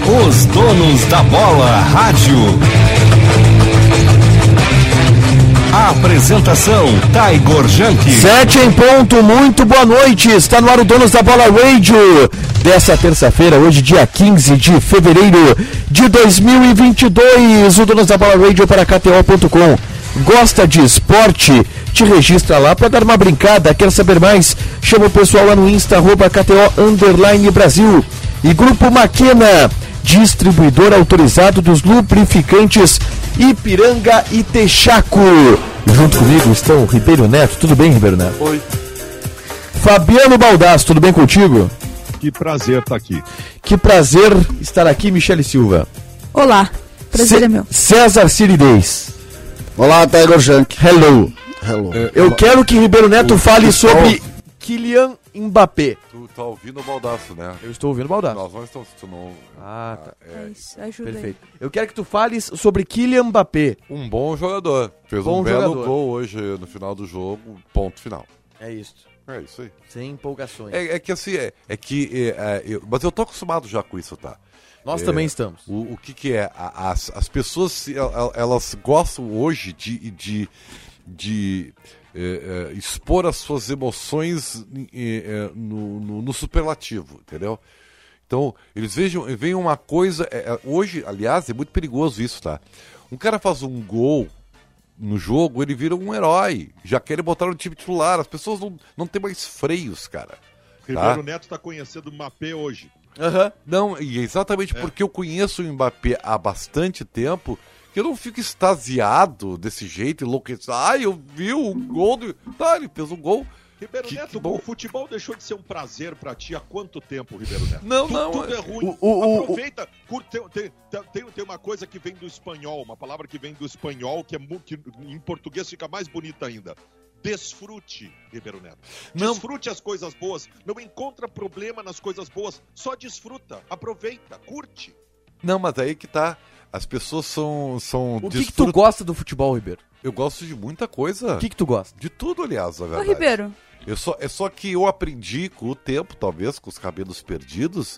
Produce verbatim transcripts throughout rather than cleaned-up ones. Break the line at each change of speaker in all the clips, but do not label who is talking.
Os donos da bola rádio. A apresentação, Taigor Janke.
Sete em ponto, muito boa noite. Está no ar o Donos da Bola Radio dessa terça-feira, hoje dia quinze de fevereiro de dois mil e vinte e dois. O Donos da Bola Radio para K T O ponto com. Gosta de esporte? Te registra lá para dar uma brincada. Quer saber mais? Chama o pessoal lá no Insta, arroba K T O underline Brasil. E Grupo Maquena, distribuidor autorizado dos lubrificantes Ipiranga e Texaco. Junto comigo estão Ribeiro Neto. Tudo bem, Ribeiro Neto?
Oi.
Fabiano Baldassi, tudo bem contigo?
Que prazer estar aqui.
Que prazer estar aqui, Michele Silva.
Olá, prazer
C-
é meu.
César Ciridez.
Olá, Taigor Janke.
Hello.
Hello.
Eu quero que Ribeiro Neto fale sobre Kylian Mbappé.
Tu tá ouvindo o Baldasso, né?
Eu estou ouvindo o Baldassi.
Nós não estamos... Tu não...
Ah, tá.
É isso, ajuda
Perfeito. Eu quero que tu fales sobre Kylian Mbappé.
Um bom jogador. Fez
Bom
um belo
jogador.
gol hoje no final do jogo. Ponto final.
É isso.
É isso aí.
Sem empolgações.
É, é que assim, é, é que... É, é, eu, mas eu tô acostumado já com isso, tá?
Nós
É,
também estamos.
O, o que que é? A- As, as pessoas, el- elas gostam hoje de... de, de é, é, expor as suas emoções é, é, no, no, no superlativo, entendeu? Então, eles vejam, veem uma coisa... é, é, hoje, aliás, é muito perigoso isso, tá? Um cara faz um gol no jogo, ele vira um herói. Já querem botar no time titular. As pessoas não, não têm mais freios, cara.
Ribeiro
Tá?
Neto está conhecendo o Mbappé hoje.
Aham.
Não, e é exatamente
É.
porque eu conheço o Mbappé há bastante tempo que eu não fico extasiado desse jeito, enlouquecido. Ah, eu vi o gol do... Tá, ele fez um gol.
Ribeiro
Que-
Neto,
que bom.
o futebol deixou de ser um prazer pra ti há quanto tempo, Ribeiro Neto?
Não,
Tu-
não,
Tudo
é-
é ruim.
o- o- o-
Aproveita. Cur- Tem, tem, tem, tem uma coisa que vem do espanhol, uma palavra que vem do espanhol, que, é, mu- que em português fica mais bonita ainda. Desfrute, Ribeiro Neto.
Não.
Desfrute as coisas boas. Não encontra problema nas coisas boas. Só desfruta, aproveita, curte.
Não, mas aí que tá. As pessoas são... são
O que, que
desfrut-
tu gosta do futebol, Ribeiro?
Eu gosto de muita coisa.
O que, que tu gosta?
De tudo, aliás, na
Ô,
verdade.
Ribeiro,
Eu só, é só que eu aprendi com o tempo, talvez, com os cabelos perdidos,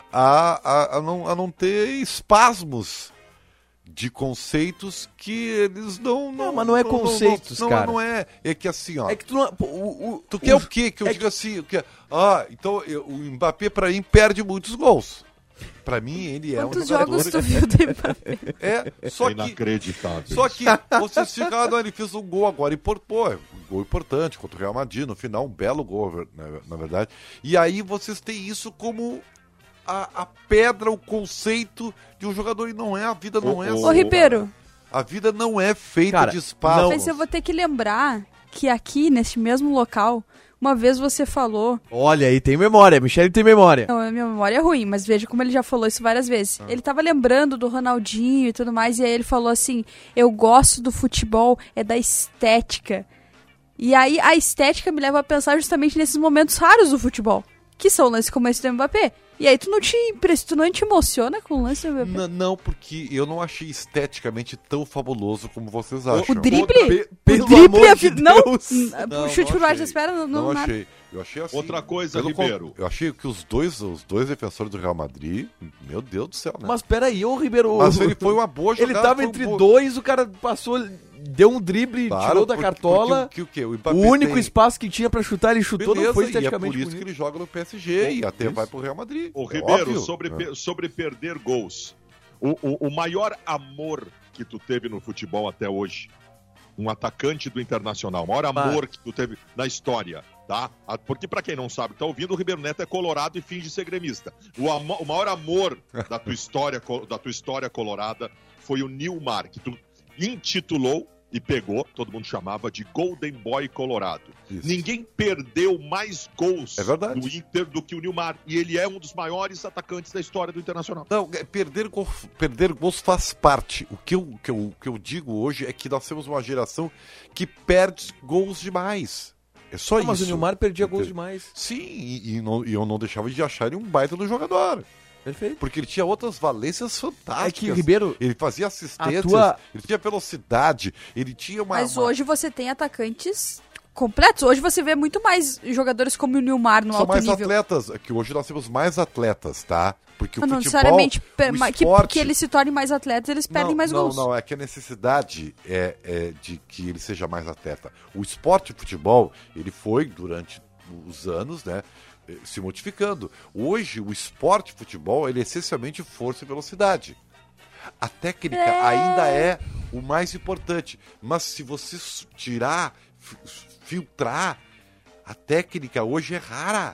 a, a, a, não, a não ter espasmos de conceitos que eles não...
Não, mas não é conceitos,
não,
cara.
Não é, é que assim, ó...
É que tu não... pô, O, o,
Tu quer o quê? Que eu
é
diga assim, o que, ah, então eu- o Mbappé pra mim perde muitos gols. Pra mim ele é
quantos
um jogador...
jogos tu viu do Mbappé?
É, só
É
que...
inacreditável.
Só que vocês ficam, ah, não, ele fez um gol agora, e por, pô, é um gol importante contra o Real Madrid, no final, um belo gol, na, na verdade. E aí vocês têm isso como a, a pedra, o conceito de um jogador, e não é, a vida não
Ô,
é
ô,
assim.
Ô, Ribeiro,
A vida não é feita
Cara,
de espaço.
não.
mas eu vou ter que lembrar que aqui, neste mesmo local, uma vez você falou...
Olha aí, tem memória. Michele tem memória.
Não, a minha memória é ruim, mas veja como ele já falou isso várias vezes. Ele tava lembrando do Ronaldinho e tudo mais, e aí ele falou assim, eu gosto do futebol, é da estética. E aí a estética me leva a pensar justamente nesses momentos raros do futebol, que são lances como esse do Mbappé. E aí tu não te, impre- tu não te emociona com o lance do Mbappé?
N- não, porque eu não achei esteticamente tão fabuloso como vocês acham.
O drible?
Pe- pelo
o drible
amor
a
de
fi- não,
Deus.
n-
Não,
o chute
não
por baixo
achei.
das pernas, não,
Não
não nada.
achei. Eu achei assim.
Outra coisa,
pelo con-
Ribeiro.
Eu achei que os dois, os dois defensores do Real Madrid, meu Deus do céu, né?
Mas peraí, ô Ribeiro...
Mas ele foi uma boa jogada.
Ele tava
foi um
entre
bo-
dois, o cara passou, deu um drible,
Claro,
tirou da
porque-
cartola.
porque o que- o
O
Mbappé
único
tem-
espaço que tinha pra chutar, ele chutou,
Beleza,
não foi
e é
esteticamente
por isso
bonito.
que ele joga no P S G e até
isso.
vai pro Real Madrid.
Ô,
É
Ribeiro,
óbvio,
sobre,
né?
pe- sobre perder gols. O, o, o maior amor que tu teve no futebol até hoje, um atacante do Internacional, o maior amor que tu teve na história, tá? A- Porque, pra quem não sabe, tá ouvindo, o Ribeiro Neto é colorado e finge ser gremista. O, amo- o maior amor da tua história, co- da tua história colorada foi o Nilmar, que tu intitulou e pegou, todo mundo chamava de Golden Boy Colorado.
Isso.
Ninguém perdeu mais gols
É verdade.
do Inter do que o Nilmar. E ele é um dos maiores atacantes da história do Internacional.
Não, é, perder, gol, perder gols faz parte. O que, eu, o, que eu, o que eu digo hoje é que nós temos uma geração que perde gols demais. É só
Ah,
isso.
mas o Nilmar perdia gols
Entende?
demais.
Sim, e, e não- e eu não deixava de achar ele um baita do jogador.
Perfeito.
Porque ele tinha outras valências fantásticas.
É que, Ribeiro,
Ele fazia assistências,
a tua-
ele tinha velocidade, ele tinha uma...
Mas
uma-
hoje você tem atacantes completos. Hoje você vê muito mais jogadores como o Nilmar no
São
alto
mais
nível.
atletas, que hoje nós temos mais atletas, tá? Porque o
Não, não
futebol,
necessariamente per-
o
mas que,
esporte...
que eles se tornem mais atletas, eles perdem
não,
mais
não,
gols.
Não, é que a necessidade é, é de que ele seja mais atleta. O esporte, o futebol, ele foi, durante os anos, né, se modificando. Hoje, o esporte, o futebol, ele é essencialmente força e velocidade. A técnica
É.
ainda é o mais importante. Mas se você tirar, f- filtrar, a técnica hoje é rara.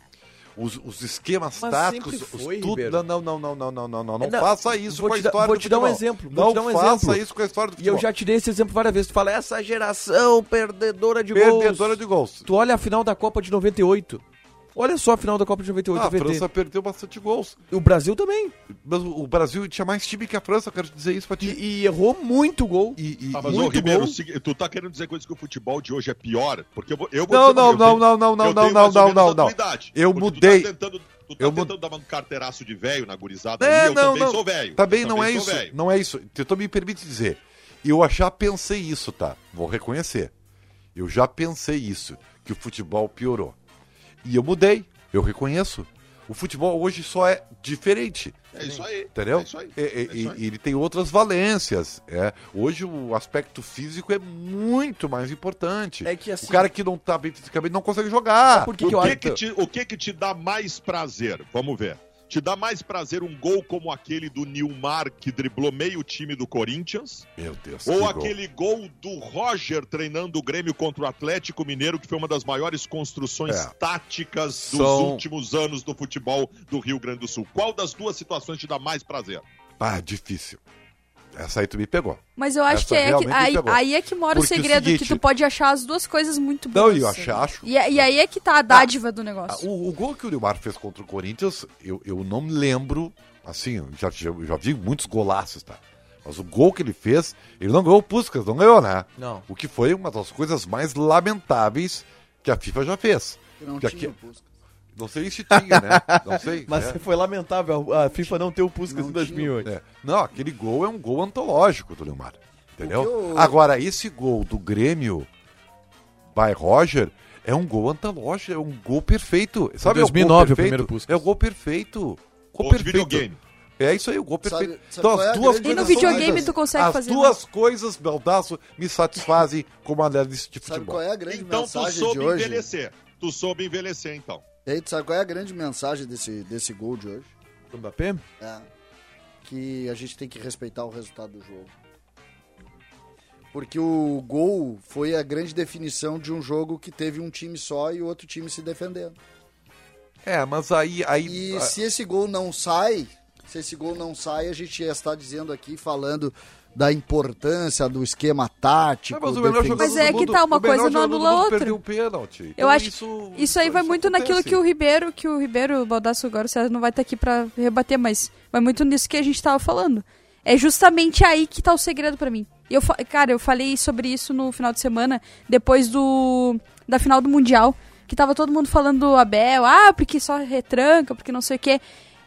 Os, os esquemas
Mas
táticos,
sempre
os
foi,
tudo.
Ribeiro.
Não, não, não, não, não, não, não, não.
Não,
faça isso
vou
com a
te dar-
história
vou
do
te dar um
futebol.
exemplo, vou
Não
te dar um
faça
exemplo.
isso com a história do
E
futebol.
eu já te dei esse exemplo várias vezes. Tu fala, essa geração perdedora de
Perdedora
gols.
de gols.
Tu olha a final da Copa de noventa e oito. Olha só a final da Copa de noventa e oito.
Ah, a
do V T.
França perdeu bastante gols.
O Brasil também.
Mas o o Brasil tinha mais time que a França, eu quero te dizer isso pra ti.
E, e errou muito gol.
E, e-
Ah, mas, ô,
Muito
Ribeiro,
gol.
se- tu tá querendo dizer com isso que o futebol de hoje é pior? Porque eu vou, eu vou
Não,
dizer,
não,
eu
não,
tenho-
não, não, não,
eu
não,
tenho
não,
mais ou
não,
menos
não,
a tua
não.
idade.
Eu
Porque
mudei.
Tu tá tentando, tu tá
Eu
tentando
mud-
dar um carteiraço de velho na gurizada.
É,
aí, eu
não,
também
não.
sou velho.
Também
Eu
não é
sou
isso.
velho.
Não é isso. Então me permite dizer. Eu já pensei isso, tá? Vou reconhecer. Eu já pensei isso, que o futebol piorou. E eu mudei. Eu reconheço. O futebol hoje só é diferente.
É isso aí.
Entendeu?
É isso aí.
E- e-
É isso aí.
e ele tem outras valências. É. Hoje o aspecto físico é muito mais importante.
É que assim-
O cara que não tá bem fisicamente não consegue jogar.
Por que
O
que eu
que
acho
que te, o que que te dá mais prazer? Vamos ver. Te dá mais prazer um gol como aquele do Nilmar, que driblou meio time do Corinthians?
Meu Deus.
Ou
que
aquele gol. do Roger treinando o Grêmio contra o Atlético Mineiro, que foi uma das maiores construções
É.
táticas dos
São-
últimos anos do futebol do Rio Grande do Sul? Qual das duas situações te dá mais prazer?
Ah, difícil. Essa aí tu me pegou.
Mas eu acho
Essa
que, é que
realmente
aí,
pegou.
aí é que mora
Porque
o
o
segredo,
seguinte-
que tu pode achar as duas coisas muito
Não,
boas.
eu
assim.
acho- acho.
E, e aí é que tá a dádiva do negócio.
Ah, O, o gol que o Neymar fez contra o Corinthians, eu, eu não me lembro, assim, eu já, já, eu já vi muitos golaços, tá? Mas o gol que ele fez, ele não ganhou o Puskás, não ganhou, né?
Não.
O que foi uma das coisas mais lamentáveis que a FIFA já fez.
Que não
Que
tinha
aqui-
o Puskas.
Não sei se tinha, né? Não sei.
Mas
né?
foi lamentável a FIFA não ter o Puskas
Não
em dois mil e oito.
É. Não, aquele gol é um gol antológico do Neymar. Entendeu?
O que eu-
Agora, esse gol do Grêmio by Roger é um gol antológico, é um gol perfeito. Sabe
dois mil e nove
o gol
o
perfeito?
primeiro Puskas.
É o gol perfeito. Gol
Ou de
perfeito.
videogame.
É isso aí, o gol
Sabe-
perfeito.
sabe qual é a grande
E no
coisas
videogame
são-
tu consegue
as
fazer
duas coisas, Baldasso, me satisfazem como analista de
Sabe
futebol.
qual é a grande
Então tu
mensagem de
soube
hoje?
envelhecer. Tu soube envelhecer, então.
E aí, tu sabe qual é a grande mensagem desse, desse gol de hoje?
Do Mbappé?
É que a gente tem que respeitar o resultado do jogo. Porque o gol foi a grande definição de um jogo que teve um time só e o outro time se defendendo.
É, mas aí... aí
E
ah,
se esse gol não sai, se esse gol não sai, a gente ia estar dizendo aqui, falando da importância do esquema tático.
mas o melhor
defensivo.
jogador
Mas é
do
que
mundo-
tá, uma
o melhor
coisa não
jogador do
anula a
mundo
outra.
perdeu o pênalti.
Eu
Então
acho
isso,
que isso aí vai muito naquilo
acontece.
que o Ribeiro, que o Ribeiro, o Baldasso agora, o César não vai estar aqui pra rebater, mas vai muito nisso que a gente tava falando. É justamente aí que tá o segredo pra mim. E eu, fa- cara, eu falei sobre isso no final de semana, depois do da final do Mundial, que tava todo mundo falando do Abel, ah, porque só retranca, porque não sei o quê.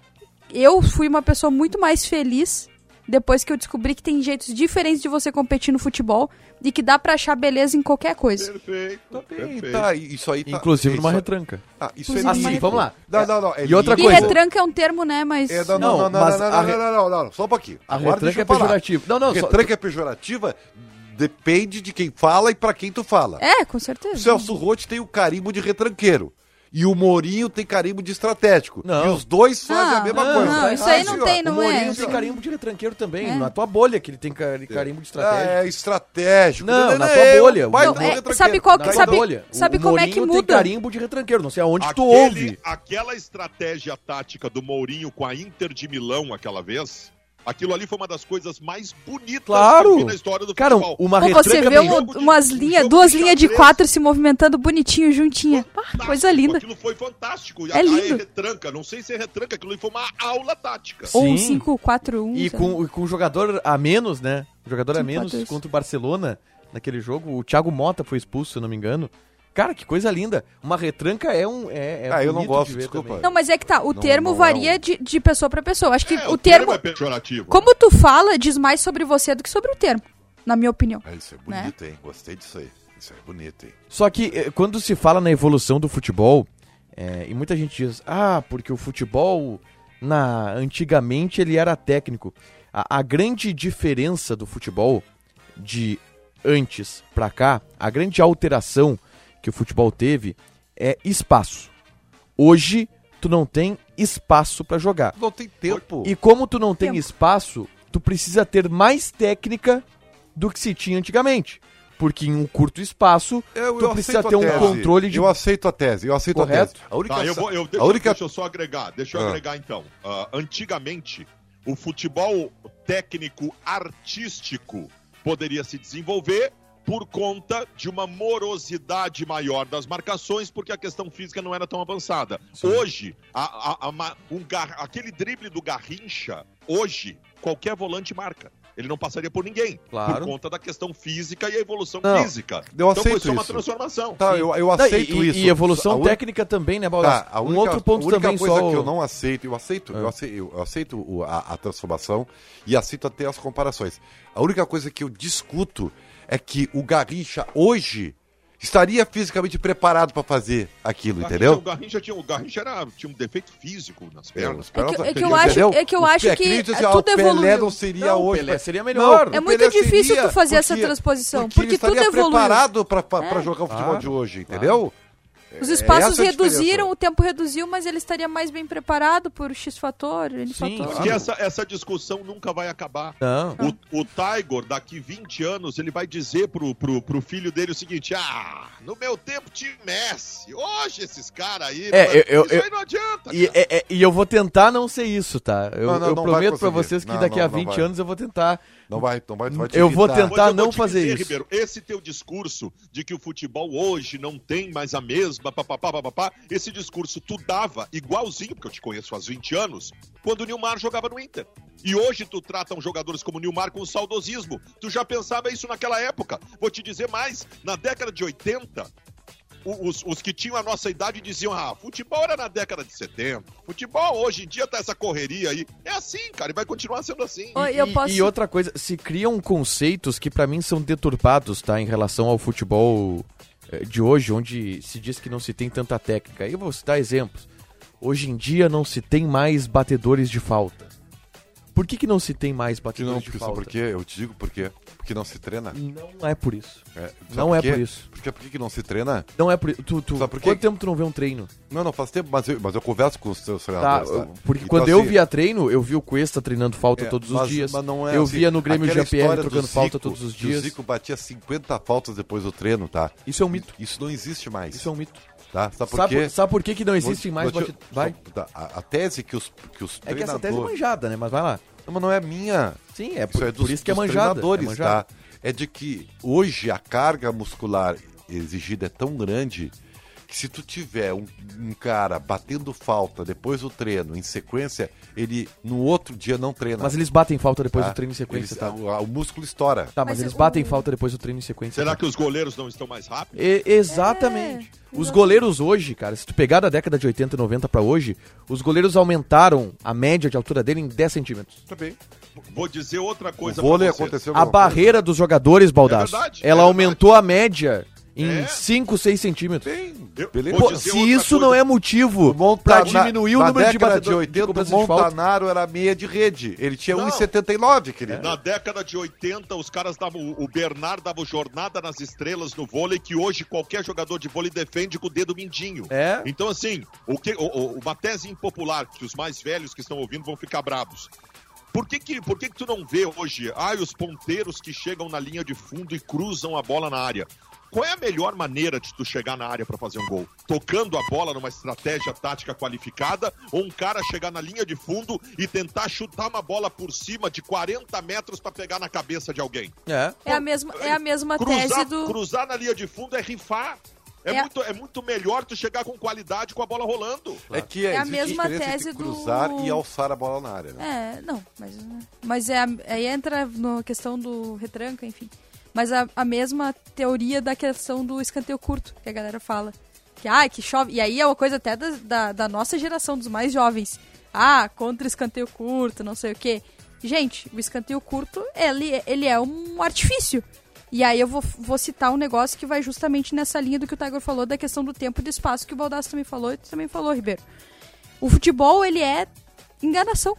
Eu fui uma pessoa muito mais feliz depois que eu descobri que tem jeitos diferentes de você competir no futebol e que dá pra achar beleza em qualquer coisa.
Perfeito.
Tá bem,
perfeito.
tá, isso aí tá...
Inclusive
isso
numa
aí-
retranca.
Ah, isso é
Inclusive numa
lícito.
Assim, vamos lá.
Não, não, não. é
E outra
E
lícito.
coisa-
retranca é um termo, né, mas...
É, não, não,
Não,
não, não,
mas
não,
a
não,
re-
não, não, não, não, só um pouquinho.
A
Agora
retranca
deixa eu
é
falar.
pejorativa. Não, não, só-
Retranca é pejorativa, depende de quem fala e pra quem tu fala.
É, com
O
certeza.
Celso Roth tem o carimbo de retranqueiro. E o Mourinho tem carimbo de estratégico.
Não.
E os dois fazem
Não,
a mesma
não,
coisa.
não,
Tá
isso aí
errado,
não
senhor.
tem,
O
não
Mourinho
é.
tem carimbo de retranqueiro também.
É.
Na tua bolha que ele tem ca- carimbo de estratégia.
É estratégico.
Não, na
é,
tua
é,
bolha.
vai
Não,
do
é,
retranqueiro.
sabe qual que-
Na
Tá
tua
sabe-
bolha.
sabe
O
como é que
Mourinho tem
muda?
carimbo de retranqueiro. Não sei aonde tu
Aquele-
ouve.
Aquela estratégia tática do Mourinho com a Inter de Milão aquela vez, aquilo ali foi uma das coisas mais bonitas
Claro.
que eu vi na história do
Cara,
futebol.
uma
Ou você
retranca
vê
bem-
um-
jogo de-
umas
um
linhas,
jogo
duas
de
linhas de
xadrez.
quatro se movimentando bonitinho, juntinha. Ah,
Fantástico,
coisa linda.
Aquilo foi fantástico. E
É
a-
lindo.
A retranca, não sei se é retranca, aquilo ali foi uma aula tática.
Sim.
Ou um cinco quatro um.
E
sei lá.
com, e com o jogador a menos, né? O jogador a
Sim,
menos
pode isso.
contra o Barcelona, naquele jogo, o Thiago Mota foi expulso, se eu não me engano. Cara, que coisa linda. Uma retranca é um. É, é
Ah, eu não
bonito
gosto,
de ver
desculpa.
também.
Não, mas é que tá, o
Não-
termo
não é
varia
um-
de, de pessoa pra pessoa. Acho que
É,
o termo,
é pejorativo.
como tu fala, diz mais sobre você do que sobre o termo, na minha opinião.
É, isso é bonito, hein? Gostei disso aí. Isso é bonito, hein?
Só que eh, quando se fala na evolução do futebol, é, e muita gente diz, ah, porque o futebol, na, antigamente ele era técnico. A, a grande diferença do futebol de antes pra cá, a grande alteração que o futebol teve é espaço. Hoje, tu não tem espaço pra jogar.
Não tem tempo.
E como tu não tem
Tempo.
espaço, tu precisa ter mais técnica do que se tinha antigamente. Porque em um curto espaço,
Eu,
tu
eu
precisa
aceito
ter
a
um
tese.
controle de...
Eu aceito a tese, eu aceito
Correto?
a tese. A única,
Tá, eu vou, eu, deixa,
a única...
deixa eu só agregar, deixa eu
Ah.
agregar então. Ah, antigamente, o futebol técnico artístico poderia se desenvolver por conta de uma morosidade maior das marcações, porque a questão física não era tão avançada. Hoje, a, a, a, ma- um gar- aquele drible do Garrincha, hoje, qualquer volante marca. Ele não passaria por ninguém,
Claro.
por conta da questão física e a evolução
Não,
física.
eu
então foi
aceito
só uma
isso.
transformação.
Tá, eu, eu
Não,
aceito
e,
isso.
e evolução
A única-
técnica também, né, Baldasso?
Tá, a
um
única,
outro ponto
a única
também
coisa
só...
que eu não aceito, eu aceito,
Ah.
eu aceito, eu aceito o- a, a transformação e aceito até as comparações. A única coisa que eu discuto é que o Garrincha hoje estaria fisicamente preparado para fazer aquilo,
Garrincha-
entendeu?
O Garrincha, tinha, o Garrincha era, tinha um defeito físico nas pernas.
É que- é que eu
Entendeu?
acho- é que eu acho que
dizer,
tudo
ah, o Pelé
evoluiu.
não seria
Não, o
hoje.
Pelé seria melhor.
É
o
muito
Pelé
difícil
seria,
tu fazer essa
porque-
transposição,
Porque,
porque
ele estaria
tudo evoluiu.
preparado para
É.
jogar o futebol
Claro,
de hoje, entendeu?
Os
É,
espaços
essa é a
reduziram,
diferença.
o tempo reduziu, mas ele estaria mais bem preparado por X-fator, N-fator.
Sim,
Porque essa, essa discussão nunca vai acabar.
Não.
O, o Tiger, daqui vinte anos, ele vai dizer pro, pro, pro filho dele o seguinte: ah, no meu tempo tinha Messi, hoje esses caras aí.
É,
não-
eu- eu-
isso
eu-
aí não adianta.
E,
cara.
é- é- e eu vou tentar não ser isso, tá? Eu,
Não, não,
eu
não vai
prometo pra
conseguir.
vocês que
Não,
daqui
não,
a
não
vinte
vai.
anos eu vou tentar.
Não vai, não vai, não vai te
Eu vou
irritar.
tentar-
Pois eu vou
não
te
fazer
dizer,
isso.
Ribeiro, esse teu discurso de que o futebol hoje não tem mais a mesma, papapá, papapá, esse discurso tu dava igualzinho, porque eu te conheço há vinte anos, quando o Nilmar jogava no Inter. E hoje tu trata um jogadores como o Nilmar com saudosismo. Tu já pensava isso naquela época. Vou te dizer mais, na década de oitenta, o- os, os que tinham a nossa idade diziam, ah, futebol era na década de setenta. Futebol hoje em dia tá essa correria aí. É assim, cara, e vai continuar sendo assim.
Oi, eu
E-
posso...
E outra coisa, se criam conceitos que pra mim são deturpados, tá? Em relação ao futebol eh, de hoje, onde se diz que não se tem tanta técnica. Aí eu vou citar exemplos. Hoje em dia não se tem mais batedores de falta. Por que, que não se tem mais
Que
batedores
não,
de
porque,
falta?
sabe por quê? Eu te digo por quê. Porque não se treina.
Não é por isso.
É, sabe
Não é
quê?
por isso.
Porque por que que não se treina?
Não é por isso. Tu, tu,
Sabe por quê?
quanto tempo tu não vê um treino?
Não, não, faz tempo, mas eu, mas eu converso com os seus
Tá,
treinadores. Tá,
porque
Então,
quando eu
assim,
via treino, eu vi o Cuesta treinando falta
é,
todos os
mas-
dias.
mas não é
eu
assim,
via no Grêmio o
aquela
Jean-Pierre
história do
trocando falta
Zico,
todos os
que
dias.
O Zico batia cinquenta faltas depois do treino, tá?
Isso é um mito.
Isso não existe mais.
Isso é um mito.
Tá? Sabe por
Sabe,
quê?
por- sabe por que, que não existem
Vou-
mais
vou te-
bate... Vai.
só- A, a tese que os, que os
É que essa tese é
treinadores...
manjada, né? Mas vai lá.
Não, mas não é minha.
Sim, é
Isso
por
é
por
dos,
isso que é
dos
manjada.
treinadores,
é manjada.
tá? É de que hoje a carga muscular exigida é tão grande que se tu tiver um, um cara batendo falta depois do treino, em sequência, ele no outro dia não treina.
Mas eles batem falta depois
tá?
do treino em sequência,
Eles-
tá?
o, o músculo estoura.
Tá, mas,
Mas
eles
o-
batem falta depois do treino em sequência.
Será
tá?
que os goleiros não estão mais rápidos?
E- exatamente.
É,
Os goleiros hoje, cara, se tu pegar da década de oitenta e noventa pra hoje, os goleiros aumentaram a média de altura dele em dez centímetros.
Tá bem.
Vou dizer outra coisa
O vôlei
pra vocês.
aconteceu
A
mesma
barreira dos jogadores, Baldasso,
É verdade,
ela
é
aumentou a média em
É.
cinco, seis centímetros.
coisa. Bem,
Eu-
beleza.
vou
Pô,
dizer
se
outra
isso
coisa.
não é motivo pra diminuir o
na
número de
década
batedores
de oitenta,
cobrança
o
de falta.
Montanaro era meia de rede. Ele tinha
Não.
um e setenta e nove, querido.
Na década de oitenta, os caras davam. O Bernard dava jornada nas estrelas no vôlei, que hoje qualquer jogador de vôlei defende com o dedo mindinho.
É.
Então, assim, o que, o- o- uma tese impopular, que os mais velhos que estão ouvindo vão ficar bravos. Por que que, por que que tu não vê hoje, ai, os ponteiros que chegam na linha de fundo e cruzam a bola na área? Qual é a melhor maneira de tu chegar na área pra fazer um gol? Tocando a bola numa estratégia tática qualificada ou um cara chegar na linha de fundo e tentar chutar uma bola por cima de quarenta metros pra pegar na cabeça de alguém?
É.
É a mesma, é a mesma
Cruzar,
tese do...
cruzar na linha de fundo é rifar. É,
É-
Muito, é muito melhor tu chegar com qualidade com a bola rolando.
É que
É a
existe
mesma
diferença
tese
entre
do-
cruzar e alçar a bola na área, né?
É, não, mas, mas é, a- aí entra na questão do retranca, enfim. Mas a, a mesma teoria da questão do escanteio curto, que a galera fala. Que, ah, que chove. E aí é uma coisa até da, da, da nossa geração, dos mais jovens. Ah, contra escanteio curto, não sei o quê. Gente, o escanteio curto, ele, ele é um artifício. E aí eu vou, vou citar um negócio que vai justamente nessa linha do que o Tiger falou, da questão do tempo e do espaço, que o Baldassi também falou e tu também falou, Ribeiro. O futebol, ele é enganação.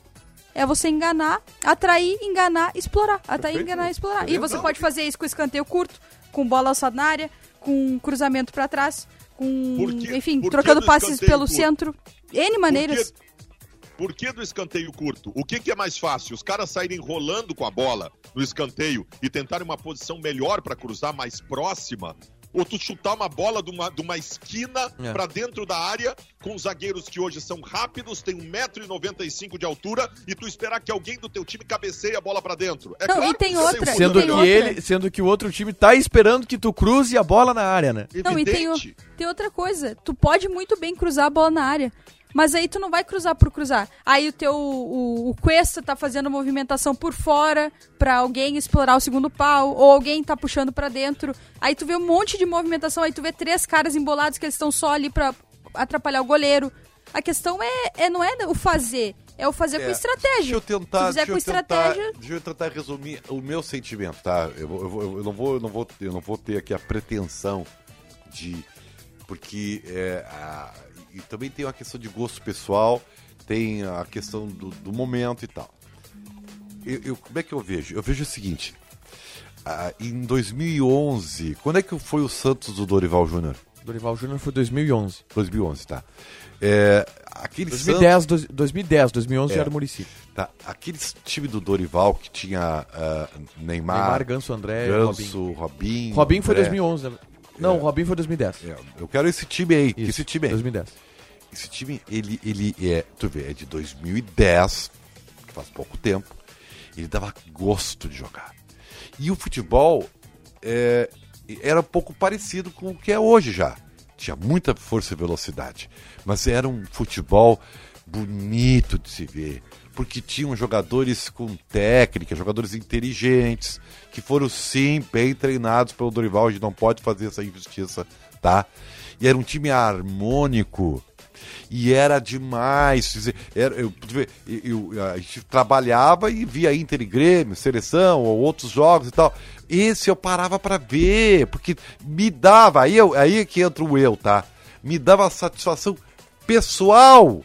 É você enganar, atrair, enganar, explorar. Atrair,
Perfeito.
enganar, explorar. E você
Não.
pode fazer isso com escanteio curto, com bola alçada na área, com cruzamento pra trás, com,
Por que-
enfim,
por que
trocando
do
passes
escanteio
pelo
curto?
centro. N maneiras.
Por que, por que do escanteio curto? O que, que é mais fácil? Os caras saírem rolando com a bola no escanteio e tentarem uma posição melhor pra cruzar, mais próxima? Ou tu chutar uma bola de uma, de uma esquina
É.
pra dentro da área, com zagueiros que hoje são rápidos, tem um metro e noventa e cinco de altura, e tu esperar que alguém do teu time cabeceie a bola pra dentro? É
Não,
claro
e tem
que o escanteio
outra,
curto
Sendo
é
que,
tem
melhor.
outra.
ele, sendo que o outro time tá esperando que tu cruze a bola na área, né?
Não, e tem, o-
Evidente.
tem outra coisa. Tu pode muito bem cruzar a bola na área. Mas aí tu não vai cruzar por cruzar. Aí o teu o, o Cuesta tá fazendo movimentação por fora pra alguém explorar o segundo pau, ou alguém tá puxando pra dentro. Aí tu vê um monte de movimentação, aí tu vê três caras embolados que eles estão só ali pra atrapalhar o goleiro. A questão é, é não é o fazer, é o fazer com
É,
estratégia.
Deixa eu tentar,
Se fizer
deixa
com
eu tentar,
estratégia,
deixa eu tentar resumir o meu sentimento, tá? Eu, vou- eu, vou- eu não vou, eu não vou, eu não vou ter aqui a pretensão de, porque é, a- e também tem uma questão de gosto pessoal, tem a questão do, do momento e tal. Eu, eu- como é que eu vejo? Eu vejo o seguinte: ah, em dois mil e onze, quando é que foi o Santos do Dorival Júnior?
Dorival Júnior foi dois mil e onze.
dois mil e onze, tá? É, aquele
dois mil e dez, dois- dois mil e dez, dois mil e onze
É.
já era o Muricy.
Tá, aquele time do Dorival que tinha ah, Neymar,
Neymar, Ganso, André, Robinho.
Ganso, Robinho.
Robinho foi
André.
dois mil e onze, né? Não,
É.
o Robinho foi dois mil e dez.
É, eu quero esse time aí,
Isso,
esse time aí.
dois mil e dez.
Esse time, ele, ele é, tu vê, é de dois mil e dez, que faz pouco tempo, ele dava gosto de jogar. E o futebol é, era um pouco parecido com o que é hoje já. Tinha muita força e velocidade, mas era um futebol bonito de se ver, porque tinham jogadores com técnica, jogadores inteligentes, que foram sim bem treinados pelo Dorival. A gente não pode fazer essa injustiça, tá? E era um time harmônico. E era demais. quer dizer, Era, eu, tu vê, eu- eu- a gente trabalhava e via Inter e Grêmio, seleção ou outros jogos e tal. Esse eu parava pra ver, porque me dava, aí, eu, aí é que entra o eu, tá? Me dava satisfação pessoal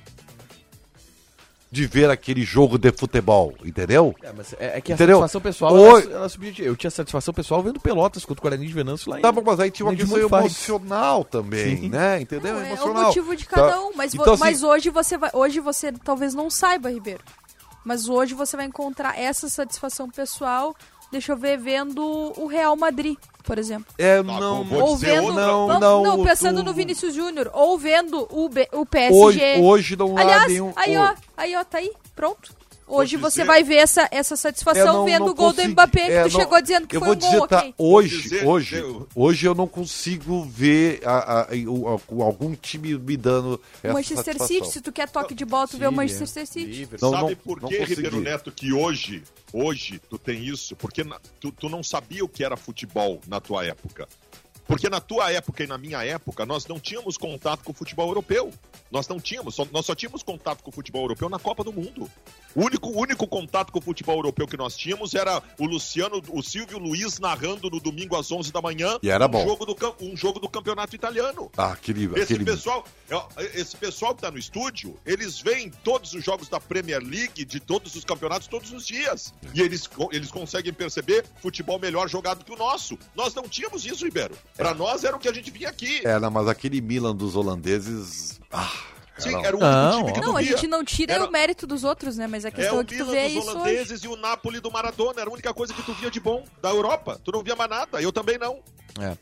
de ver aquele jogo de futebol, entendeu?
É, mas é, é que a
Entendeu?
satisfação pessoal
Oi.
ela, ela subjetiva. Eu tinha satisfação pessoal vendo Pelotas contra o Guarani de Venâncio lá em...
Tá bom, mas aí tinha uma
Nem de
questão
muito faz.
emocional também,
Sim.
né? Entendeu?
Não, é o
emocional.
motivo de cada
Tá?
um, mas, vo-
Então, assim,
mas hoje você vai, hoje você talvez não saiba, Ribeiro. Mas hoje você vai encontrar essa satisfação pessoal, deixa eu ver, vendo o Real Madrid, por exemplo.
É,
Tá,
não,
vou
Ou
dizer
vendo,
outra-
não,
não,
não,
pensando
o-
no Vinícius Júnior, ou vendo o, B- o P S G.
Hoje, hoje não há
Aliás,
nenhum...
aí ó, aí ó, tá aí, pronto. Hoje
Vou
você
dizer-
vai ver essa, essa
É,
satisfação
não-
vendo
não
o gol
consegui-
do Mbappé, que
é,
tu
não-
chegou dizendo que
eu
foi
vou
um gol,
dizer, tá,
ok.
hoje,
dizer,
hoje,
eu-
hoje eu não consigo ver a, a- o- a- algum time me dando
O
essa
Manchester
satisfação.
City, se tu quer toque de bola, tu vê o Manchester City.
Não,
Sabe
não-
por
não
que,
consegui.
Ribeiro Neto, que hoje, hoje tu tem isso? Porque na- tu, tu não sabia o que era futebol na tua época. Porque na tua época e na minha época, nós não tínhamos contato com o futebol europeu. Nós não tínhamos, só- nós só tínhamos contato com o futebol europeu na Copa do Mundo. O único, o único contato com o futebol europeu que nós tínhamos era o Luciano, o Silvio Luiz narrando no domingo às onze da manhã
E era
um,
bom.
Jogo do, cam- um jogo do campeonato italiano.
Ah, aquele,
Esse
aquele...
pessoal, é, esse pessoal que tá no estúdio, eles veem todos os jogos da Premier League, de todos os campeonatos, todos os dias. E eles, co- eles conseguem perceber futebol melhor jogado que o nosso. Nós não tínhamos isso, Ribeiro. Pra nós era o que a gente vinha aqui.
É, não, mas aquele Milan dos holandeses... Ah,
Sim,
era-
era o único
Não,
time que
Não,
tu
a
via.
gente não tira
Era-
o mérito dos outros, né? Mas a
É
questão
o
é que tu
Milan
vê
dos
isso hoje.
holandeses e o Napoli do Maradona. Era a única coisa que tu via de bom da Europa. Tu não via mais nada. Eu também não.
É.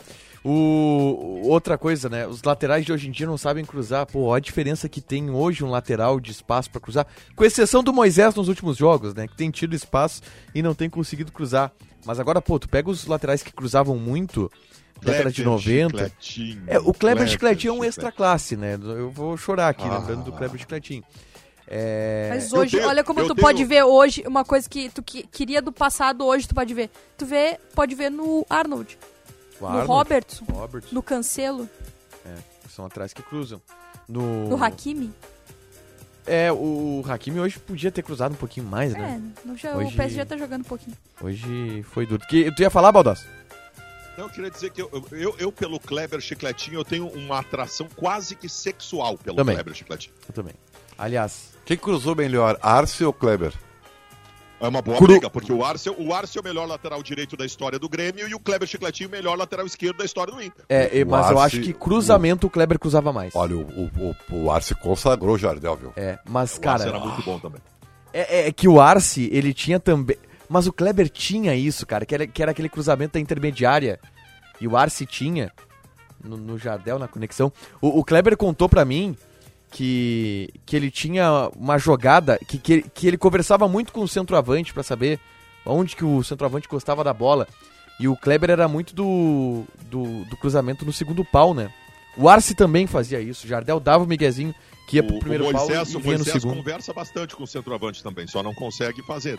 O, outra coisa, né? Os laterais de hoje em dia não sabem cruzar. Pô, olha a diferença que tem hoje um lateral de espaço pra cruzar. Com exceção do Moisés nos últimos jogos, né? Que tem tido espaço e não tem conseguido cruzar. Mas agora, pô, tu pega os laterais que cruzavam muito, década de
Kleber,
noventa.
Chicletinho,
É, o Kleber
Chicletinho
Chicletinho é um extra classe, né? Eu vou chorar aqui,
Ah.
lembrando do Kleber Chicletinho. É...
Mas
Eu
hoje,
tenho-
olha como
eu
tu
tenho-
pode ver hoje, uma coisa que tu que- queria do passado, hoje tu pode ver. Tu vê, pode ver no Arnold,
o
no
Arnold,
Robertson,
Robertson,
no Cancelo,
é, são atrás que cruzam. No,
no Hakimi.
É, o Hakimi hoje podia ter cruzado um pouquinho mais,
É,
né?
no, jo-
Hoje-
o P S G tá jogando um pouquinho.
Hoje foi duro. Que, tu ia falar, Baldasso?
Não, eu queria dizer que eu, eu, eu, pelo Kleber Chicletinho, eu tenho uma atração quase que sexual pelo
Também.
Kleber Chicletinho.
Eu também. Aliás,
Quem cruzou melhor, Arce ou Kleber?
É uma boa
Cru-
briga, porque o Arce, o Arce é o melhor lateral direito da história do Grêmio e o Kleber Chicletinho o melhor lateral esquerdo da história do Inter.
é,
O
mas eu
Arce-
acho que cruzamento o Kleber cruzava mais.
Olha, o, o, o, o Arce consagrou o Jardel, viu?
É, mas,
O Arce
cara,
era muito bom também.
é, é que o Arce, ele tinha também... Mas o Kleber tinha isso, cara, que era, que era aquele cruzamento da intermediária. E o Arce tinha, no, no Jardel, na conexão. O, o Kleber contou pra mim que, que ele tinha uma jogada, que, que, que ele conversava muito com o centroavante pra saber onde que o centroavante gostava da bola. E o Kleber era muito do, do, do cruzamento no segundo pau, né? O Arce também fazia isso. O Jardel dava o miguezinho que ia pro
O,
primeiro
o
pau
Moisés,
e
o
vinha no
Moisés
segundo.
conversa bastante com o centroavante também, só não consegue fazer.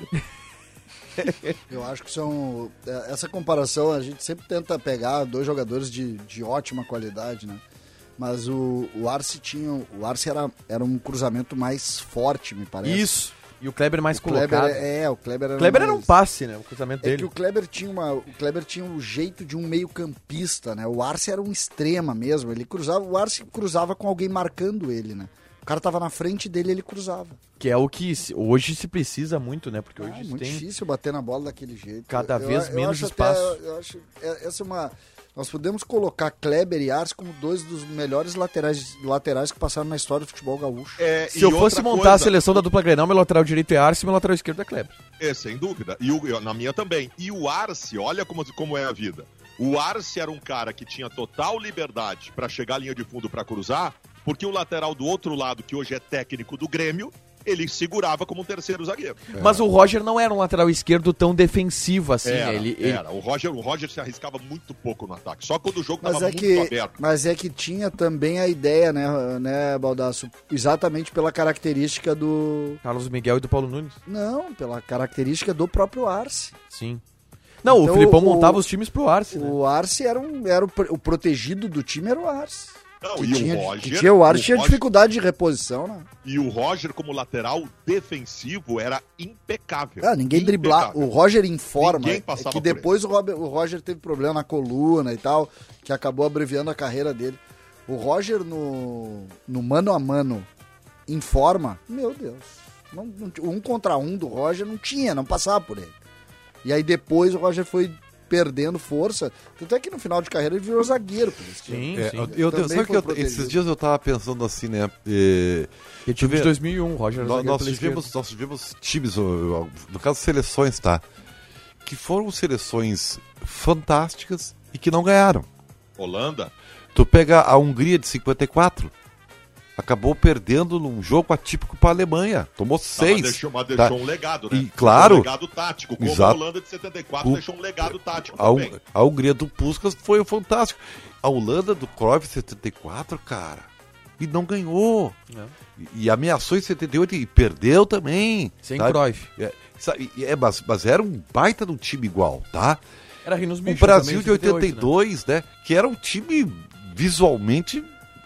Eu acho que são. é, Essa comparação a gente sempre tenta pegar dois jogadores de, de ótima qualidade, né? Mas o, o Arce tinha. O Arce era, era um cruzamento mais forte, me parece.
Isso. E o Kleber mais
O Kleber
colocado.
é, é, o Kleber era.
O Kleber era um
mais-
passe, né? O cruzamento
É
dele.
que o Kleber tinha uma, o Kleber tinha um jeito de um meio-campista, né? O Arce era um extrema mesmo. Ele cruzava, o Arce cruzava com alguém marcando ele, né? O cara tava na frente dele, ele cruzava.
Que é o que se- hoje se precisa muito, né? Porque hoje
Ah,
se
muito
tem...
difícil bater na bola daquele jeito.
Cada
Eu-
vez
eu
menos
acho
espaço.
Até, eu acho é- essa é uma. Nós podemos colocar Kleber e Arce como dois dos melhores laterais, laterais que passaram na história do futebol gaúcho.
É,
Se
e
eu fosse
outra
montar
coisa,
a seleção da dupla Grenal, meu lateral direito é Arce e meu lateral esquerdo é Kleber.
É, sem dúvida. E o- eu- na minha também. E o Arce, olha como, como é a vida. O Arce era um cara que tinha total liberdade para chegar à linha de fundo para cruzar, porque o lateral do outro lado, que hoje é técnico do Grêmio, ele segurava como um terceiro zagueiro.
Mas o Roger não era um lateral esquerdo tão defensivo assim,
era,
né? Ele, ele-
era. O Roger, o Roger se arriscava muito pouco no ataque, só quando o jogo
Mas
estava
é,
muito
que,
aberto.
mas é que tinha também a ideia, né, né, Baldasso? Exatamente pela característica do.
Carlos Miguel e do Paulo Nunes.
Não, pela característica do próprio Arce.
Sim. Não,
Então,
o Filipão
o-
montava os times pro Arce, né?
O Arce era, um, era o, pro- o protegido do time, era o Arce.
Não,
Que
e
tinha,
o
que
Roger.
tinha, o Arce
o
tinha
Roger-
dificuldade de reposição, né?
E o Roger, como lateral defensivo, era impecável.
Ah, ninguém driblava.
Impecável.
O Roger em forma.
Ninguém
É
passava
que
por
depois o, Robert- o Roger teve problema na coluna e tal, que acabou abreviando a carreira dele. O Roger no, no mano a mano em forma, meu Deus. Não, não t- um contra um do Roger não tinha, não passava por ele. E aí depois o Roger foi perdendo força. Tanto é que no final de carreira ele virou zagueiro. Por isso que-
Sim,
É,
sim.
eu, eu,
Também
sabe que
foi
eu-
protegido.
esses dias eu tava pensando assim, né? É,
E time de
ver.
dois mil e um, o Roger era
nós,
zagueiro
nós,
pela
tivemos,
esquerda.
nós tivemos times, ó, ó, no caso seleções, tá? Que foram seleções fantásticas e que não ganharam.
Holanda.
Tu pega a Hungria de cinquenta e quatro, acabou perdendo num jogo atípico para a Alemanha. Tomou
Tá,
seis.
mas deixou, mas
tá?
deixou um legado, né?
E, claro.
Um legado tático. Como
Exato.
a Holanda de setenta e quatro
O-
deixou um legado tático
A,
também.
Hun- a Hungria do Puskás foi fantástico. A Holanda do Cruyff setenta e quatro, cara, e não ganhou. E, e ameaçou em setenta e oito e perdeu também.
Sem
sabe?
Cruyff.
É, sabe, e- é, mas, mas era um baita de um time igual, tá?
Era Rinos
O
Bicho
Brasil
também,
de oitenta e dois, né? Que era um time visualmente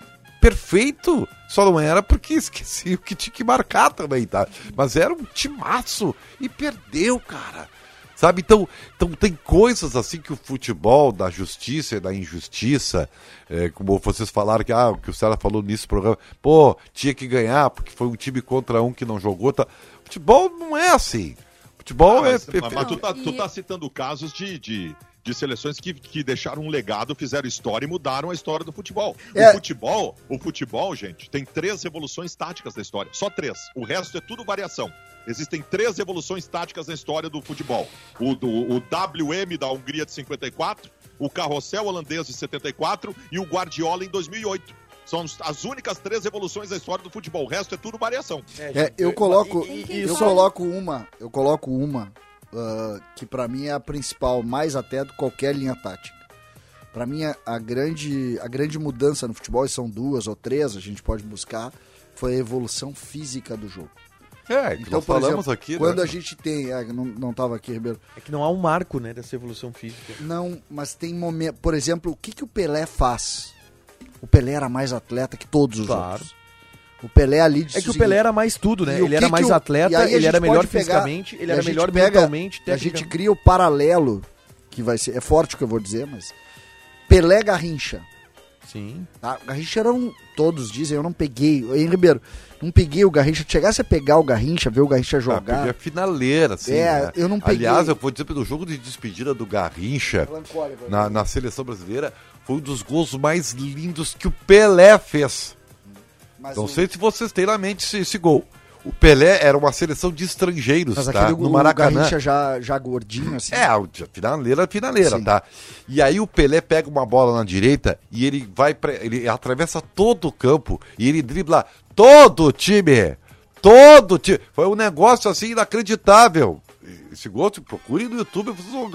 perfeito. Só não era porque esqueci o que tinha que marcar também, tá? Mas era um timaço e perdeu, cara. Sabe? Então, então tem coisas assim que o futebol, da justiça e da injustiça, é, como vocês falaram que, ah, o que o Sérgio falou nesse programa, pô, tinha que ganhar porque foi um time contra um que não jogou. Tá? Futebol não é assim. Futebol
Ah, mas,
é.
mas- mas tu, tá, tu
E-
tá citando casos de, de, de seleções que, que deixaram um legado, fizeram história e mudaram a história do futebol.
É.
O futebol, o futebol, gente, tem três revoluções táticas da história. Só três. O resto é tudo variação. Existem três revoluções táticas na história do futebol. O, do, o W M da Hungria de cinquenta e quatro, o Carrossel holandês de setenta e quatro e o Guardiola em dois mil e oito. São as únicas três revoluções da história do futebol. O resto é tudo variação.
É, eu coloco,
E- e- e
eu
só-
coloco uma, eu coloco uma ah, que pra mim é a principal, mais até do que qualquer linha tática. Pra mim a, a grande, a grande mudança no futebol, e são duas ou três, a gente pode buscar, foi a evolução física do jogo.
É, que
Então,
nós
por
falamos
exemplo,
aqui.
quando
né?
a gente tem, é, não, não tava aqui, Ribeiro.
É que não há um marco, né, dessa evolução física.
Não, mas tem momento, por exemplo, o que que o Pelé faz? O Pelé era mais atleta que todos os
Claro.
outros. O Pelé ali de
É que o Pelé era mais tudo, né?
E o
Ele era
que
mais
que o- e
atleta,
aí a
ele era
gente
melhor
pode pegar-
fisicamente, ele
e a
era
gente
melhor
pega-
mentalmente,
A gente
tecnicamente.
cria o paralelo, que vai ser, é forte o que eu vou dizer, mas Pelé Garrincha.
Sim.
Tá? O Garrincha era um, todos dizem, eu não peguei, em Ribeiro, não peguei o Garrincha, chegasse a pegar o Garrincha, ver o Garrincha
Ah,
jogar.
porque é finaleira, assim.
É,
né?
eu não peguei.
Aliás, eu vou dizer pelo jogo de despedida do Garrincha na, na seleção brasileira, foi um dos gols mais lindos que o Pelé fez.
Mas
Não
o-
sei se vocês têm na mente esse, esse gol. O Pelé era uma seleção de estrangeiros,
Mas
tá?
aquele
No
o
Maracanã.
Garrincha já, já gordinho, assim.
É, o de- finaleira, finaleira,
Sim.
tá? E aí o Pelé pega uma bola na direita e ele vai pra, ele atravessa todo o campo e ele dribla todo o time. Todo o time. Foi um negócio assim inacreditável. Esse gol, procure no YouTube.